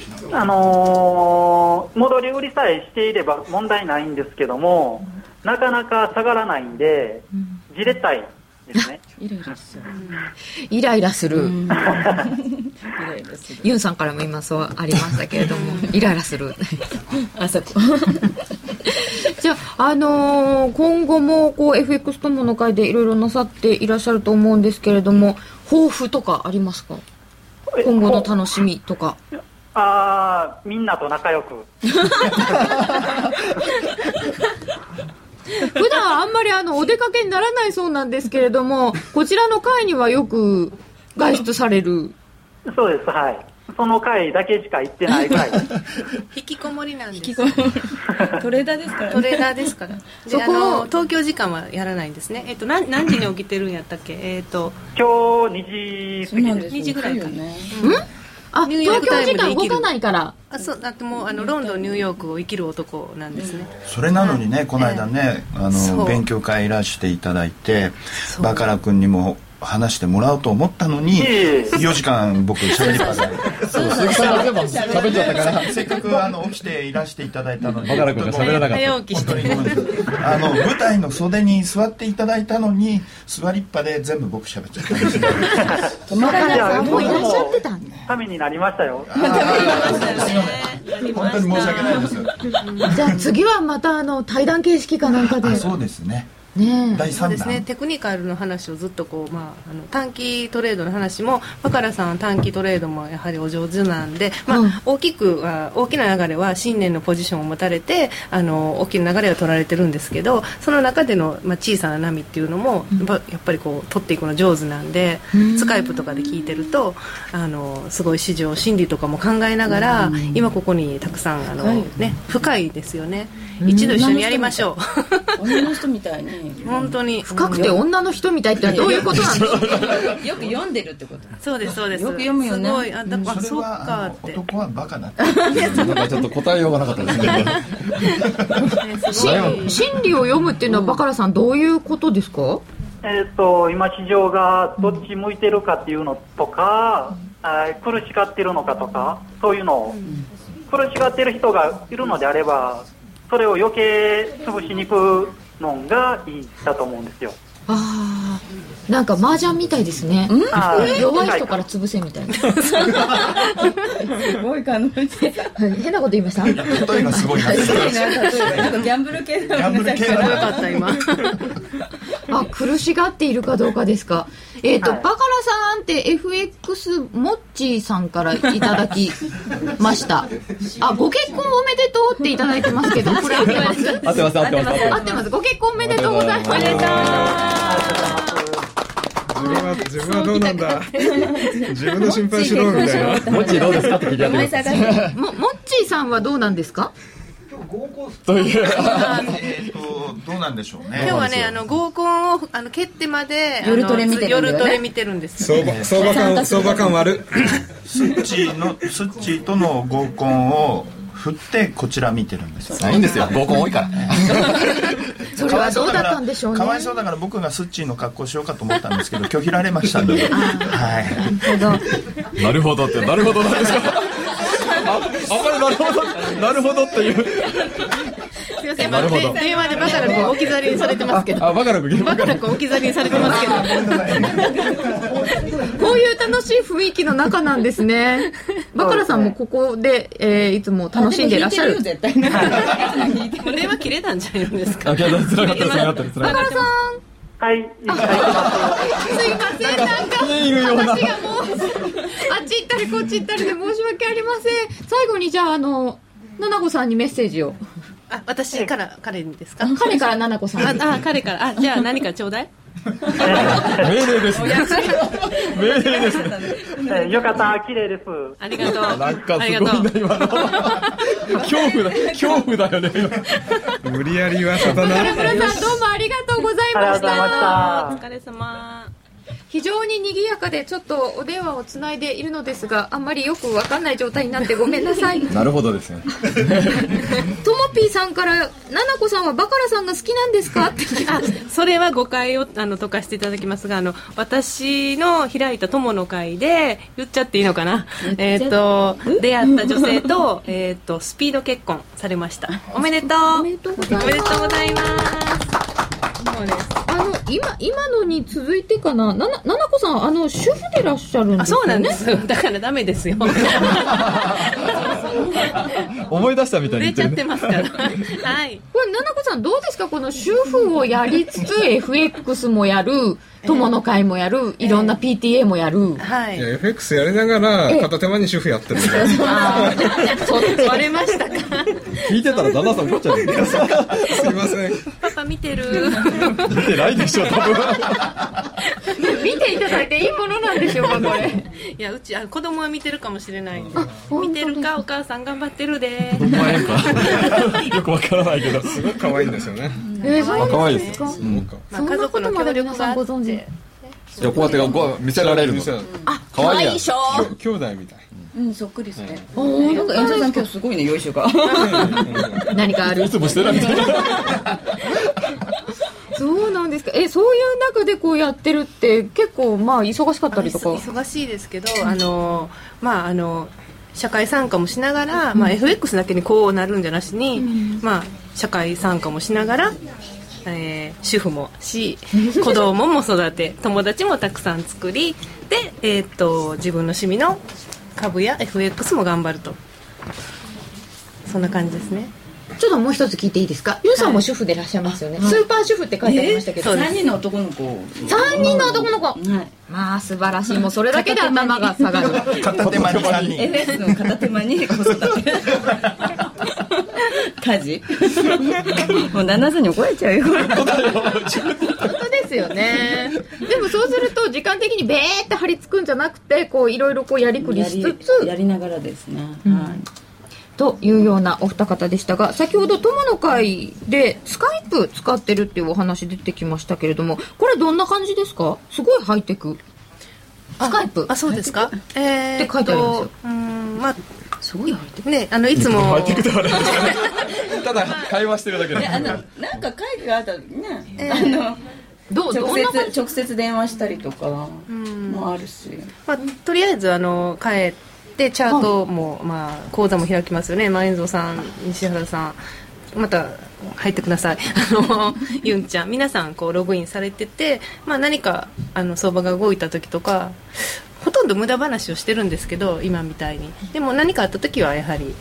戻り売りさえしていれば問題ないんですけども、なかなか下がらないんで、じれったいですね。 イライラするユンさんからも今そうありましたけれどもイライラするあそこじゃあ、今後もこう FX 友の会でいろいろなさっていらっしゃると思うんですけれども、抱負とかありますか？今後の楽しみとか。 みんなと仲良く普段あんまりお出かけにならないそうなんですけれども、こちらの会にはよく外出される？ そうです、はい。その会だけしか行ってないぐらい引きこもりなんです。 トレーダーですからね。 トレーダーですから。で東京時間はやらないんですね。何時に起きてるんやったっけ？ 今日2時過ぎです。 2時ぐらいかね。 東京時間動かないから。 そうだってもうロンドンニューヨークを生きる男なんですね。 それなのにね、この間ね、勉強会いらしていただいて、バカラ君にも話してもらおうと思ったのに4時間僕喋りっぱなし鈴木さんが全部喋っちゃったからせっかく起きていらしていただいたのにバカラ君が喋らなかった。 早起きして舞台の袖に座っていただいたのに座りっぱで全部僕喋っちゃったんですけどバカラさんもいらっしゃってたんだ。 ためになりましたよ。 本当に申し訳ないです。 じゃあ次はまた対談形式かなんかで。 そうですね。 第 3弾ですね。テクニカルの話をずっとこう、短期トレードの話もバカラさんは短期トレードもやはりお上手なんで、大きな流れは新年のポジションを持たれて大きな流れを取られてるんですけど、その中での、小さな波っていうのもやっぱりこう取っていくの上手なんで、スカイプとかで聞いてるとすごい市場心理とかも考えながら、今ここにたくさん深いですよね。一度一緒にやりましょう女の人みたいに本当に深くて女の人みたいってどういうことなんですか？ よく読んでるってこと。 そうですそうです。 よく読むよね。 すごい、だからそうかって。 男はバカだってなんかちょっと答えようがなかったですね。 心理を読むっていうのはバカラさんどういうことですか？ 今市場がどっち向いてるかっていうのとか、苦しがってるのかとか、そういうのを、苦しがってる人がいるのであれば、それを余計潰しに行くのがいいだと思うんですよ。 ああ、なんか麻雀みたいですね。弱い人から潰せみたいな。すごい感じ。 変なこと言いました？ 例えがすごいな。 ギャンブル系の。 ギャンブル系の。 よかった今。 あ、苦しがっているかどうかですか。バカラさんって FX モッチーさんからいただきました。あ、ご結婚おめでとうっていただいてますけど、これ合ってます？ 合ってます。 合ってます。ご結婚おめでとうございます。 自分はどうなんだ。自分の心配しろみたいな。 モッチーどうですかって聞いてやってます。 モッチーさんはどうなんですか？ というどうなんでしょうね。 今日はね、合コンを蹴ってまで夜トレ見てるんだよね。 夜トレ見てるんです。 相場感悪。 スッチーとの合コンを振ってこちら見てるんですよ。 いいんですよ。合コン多いからね。 それはどうだったんでしょうね。 かわいそうだから僕がスッチーの格好しようかと思ったんですけど拒否られましたので。はい。 なるほどってなるほどなんですか。あんまりなるほどっていう。 すいません、電話でバカラ君置き去りにされてますけど。 バカラ君置き去りにされてますけど。 こういう楽しい雰囲気の中なんですね。バカラさんもここで、いつも楽しんでいらっしゃる。 絶対ね。 もう電話切れたんじゃないですか。 バカラさん。 はい。 すいません、なんか話がもうあっち行ったりこっち行ったりで申し訳ありません。最後にじゃあななこさんにメッセージを。 あ、私から彼にですか？ 彼からななこさん。 彼から。じゃあ何かちょうだい。 命令ですね。命令ですね。 よかった、綺麗です。 ありがとう。 なんかすごいな今の。恐怖だよね。 無理やり言わせたな。 村さんどうもありがとうございました。 お疲れ様。 非常に賑やかでちょっとお電話をつないでいるのですが、あんまりよく分かんない状態になってごめんなさい。 なるほどですね。 ともぴーさんから、ななこさんはバカラさんが好きなんですかって。 それは誤解を解かしていただきますが、私の開いた友の会で言っちゃっていいのかな。出会った女性とスピード結婚されました。おめでとう。 おめでとうございます。 おめでとうございます。そうです。 今のに続いてかな、ななこさん主婦でいらっしゃるんですよね。 そうなんですよ。だからダメですよ。 思い出したみたいに売れちゃってますから。はい。 これななこさんどうですか？この主婦をやりつつ FX もやる、友の会もやる、いろんな PTA もやる。 はい。 FX やりながら片手間に主婦やってるんで。 割れましたか？ 聞いてたら旦那さん怒っちゃう。すいません。 パパ見てる。 見てないでしょ多分。 見ていただいていいものなんでしょうかこれ。 いや、うち子供は見てるかもしれない。見てるか？お母さん頑張ってるで。 よくわからないけどすごく可愛いんですよね。 可愛いですか？ 家族の協力があって。 じゃあこうやって見せられるの。 可愛いでしょ。 兄弟みたい。 そっくりですね。なんか演者さん今日すごいね、よいしょが。 何かある？ いつもしてないみたいな。 そうなんですか。そういう中でこうやってるって結構忙しかったりとか。 忙しいですけど、社会参加もしながら、FX だけにこうなるんじゃなしに、社会参加もしながら、主婦もし、子供も育て、友達もたくさん作り、で、自分の趣味の株や FX も頑張ると。そんな感じですね。 ちょっともう一つ聞いていいですか？ゆうさんも主婦でいらっしゃいますよね。スーパー主婦って書いてありましたけど。 3人の男の子。 3人の男の子。まあ素晴らしい。もうそれだけで頭が下がる。 片手間に3人。 FS の片手間に子育て。家事。もう旦那さんに怒られちゃうよ。 本当ですよね。でもそうすると時間的にベーって張り付くんじゃなくて、こういろいろこうやりくりしつつやりながらですね。 というようなお二方でしたが、先ほど友の会でスカイプ使ってるっていうお話出てきましたけれども、これどんな感じですか？すごいハイテクスカイプ。 そうですか。 って書いてあるんですよ。 まあすごいハイテクね、いつもハイテクではないですかね。ただ会話してるだけで。 なんか会議があったらね、直接電話したりとかもあるし、 とりあえず帰ってチャートも、講座も開きますよね。遠藤さん、西原さん、また入ってください。ユンちゃん、皆さんログインされてて、何か相場が動いた時とかほとんど無駄話をしてるんですけど、今みたいに。でも何かあった時はやはり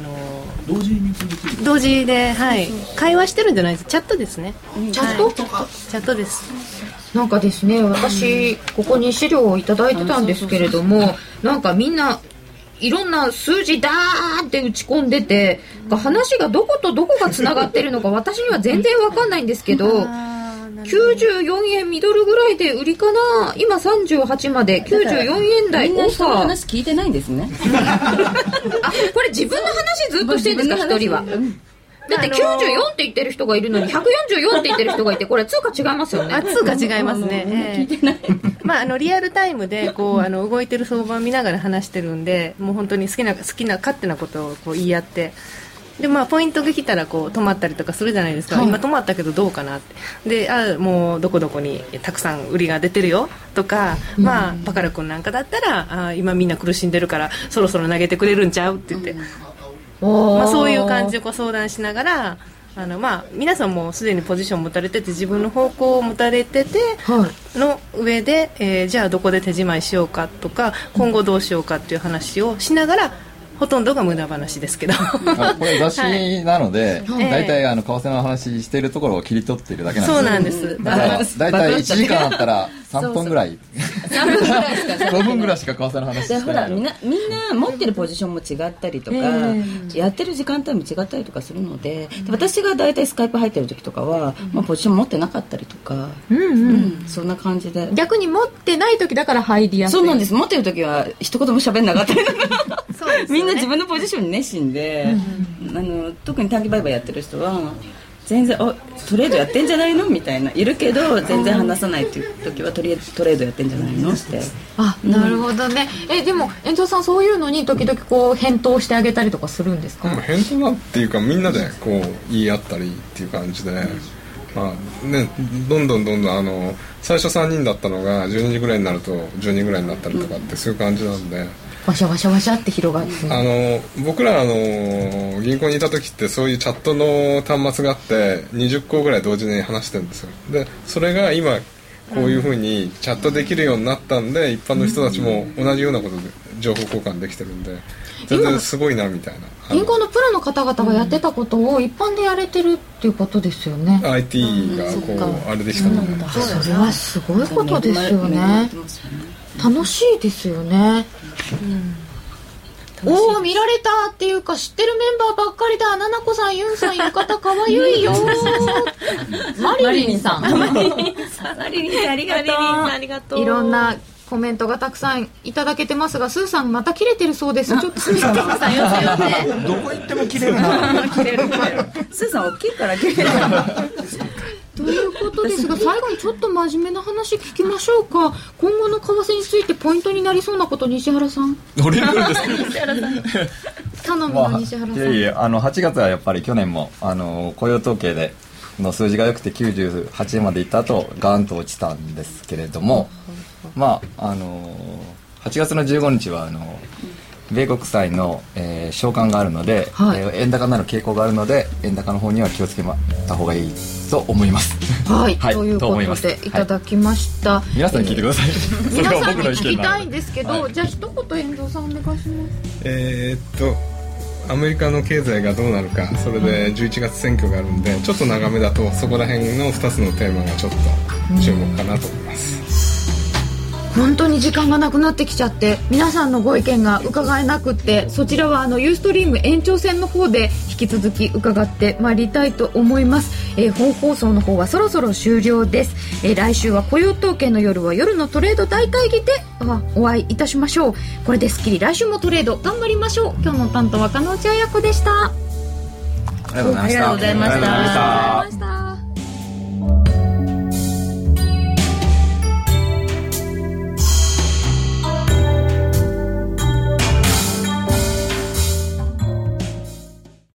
同時で、会話してるんじゃないです。チャットですね。 チャット、 チャットです。 なんかですね、私ここに資料をいただいてたんですけれども、なんかみんないろんな数字ダーって打ち込んでて、話がどことどこがつながってるのか私には全然わかんないんですけど、94円ミドルぐらいで売りかな、今38まで94円台。 みんな人の話聞いてないんですね。 これ自分の話ずっとしてるんですか？一人はだって94って言ってる人がいるのに144って言ってる人がいて、これ通貨違いますよね。 通貨違いますね。聞いてない。リアルタイムで動いてる相場を見ながら話してるんで、もう本当に好きな勝手なことを言い合って、でポイントが来たら止まったりとかするじゃないですか。今止まったけどどうかなって。で、もうどこどこにたくさん売りが出てるよとか、バカラ君なんかだったら今みんな苦しんでるからそろそろ投げてくれるんちゃうって言って、そういう感じで相談しながら、皆さんもすでにポジションを持たれてて、自分の方向を持たれてての上で、じゃあどこで手仕舞いしようかとか、今後どうしようかっていう話をしながら、ほとんどが無駄話ですけどこれ雑誌なので、大体為替の話しているところを切り取っているだけなんです。 そうなんです。 だから大体1時間あったら3分ぐらい5分ぐらいしか為替の話してない。 ほらみんな持ってるポジションも違ったりとか、やってる時間帯も違ったりとかするので、私が大体スカイプ入ってる時とかは、ポジション持ってなかったりとか、そんな感じで。 逆に持ってない時だから入りやすい。 そうなんです。持ってる時は一言も喋んなかったりとかみんな自分のポジションに熱心で、特に短期売買やってる人は全然トレードやってんじゃないのみたいな、いるけど全然話さないっていう時はトレードやってんじゃないのって。 なるほどね。でも遠藤さん、そういうのに時々返答してあげたりとかするんですか？ 返答なんていうか、みんなで言い合ったりっていう感じで、どんどん最初3人だったのが12時ぐらいになると10人ぐらいになったりとかって、そういう感じなんで、 ワシャワシャワシャって広がって、 僕ら銀行にいた時ってそういうチャットの端末があって20個ぐらい同時に話してるんですよ。でそれが今こういう風にチャットできるようになったんで、一般の人たちも同じようなことで情報交換できてるんで、全然すごいなみたいな。 銀行のプロの方々がやってたことを一般でやれてるっていうことですよね。 IT があれできたので、 それはすごいことですよね。楽しいですよね。見られたっていうか、知ってるメンバーばっかりだ。ななこさん、ユンさん、浴衣かわゆいよ。マリリンさんありがとう。いろんなコメントがたくさんいただけてますが、スーさんまた切れてるそうです。ちょっとスーさんどこ行っても切れるな。 スーさん大きいから切れるということですが、最後にちょっと真面目な話聞きましょうか。今後の為替についてポイントになりそうなこと、西原さん。 俺来るんです頼むの、西原さん。 8月はやっぱり去年も雇用統計での数字が良くて98円までいった後ガーンと落ちたんですけれども、8月の15日は米国債の、償還があるので、円高になる傾向があるので、円高の方には気をつけた方がいいと思います。 ということでいただきました。 皆さんに聞いてください。 皆さんに聞きたいんですけど、じゃあ一言遠藤さんお願いします。 アメリカの経済がどうなるか、それで11月選挙があるんで、ちょっと長めだとそこら辺の2つのテーマがちょっと注目かなと思います。 本当に時間がなくなってきちゃって、皆さんのご意見が伺えなくって、そちらはユーストリーム延長戦の方で引き続き伺ってまいりたいと思います。本放送の方はそろそろ終了です。来週は雇用統計の夜は夜のトレード大会議でお会いいたしましょう。これでスッキリ、来週もトレード頑張りましょう。今日の担当は加納千彩子でした。 ありがとうございました。 ありがとうございました。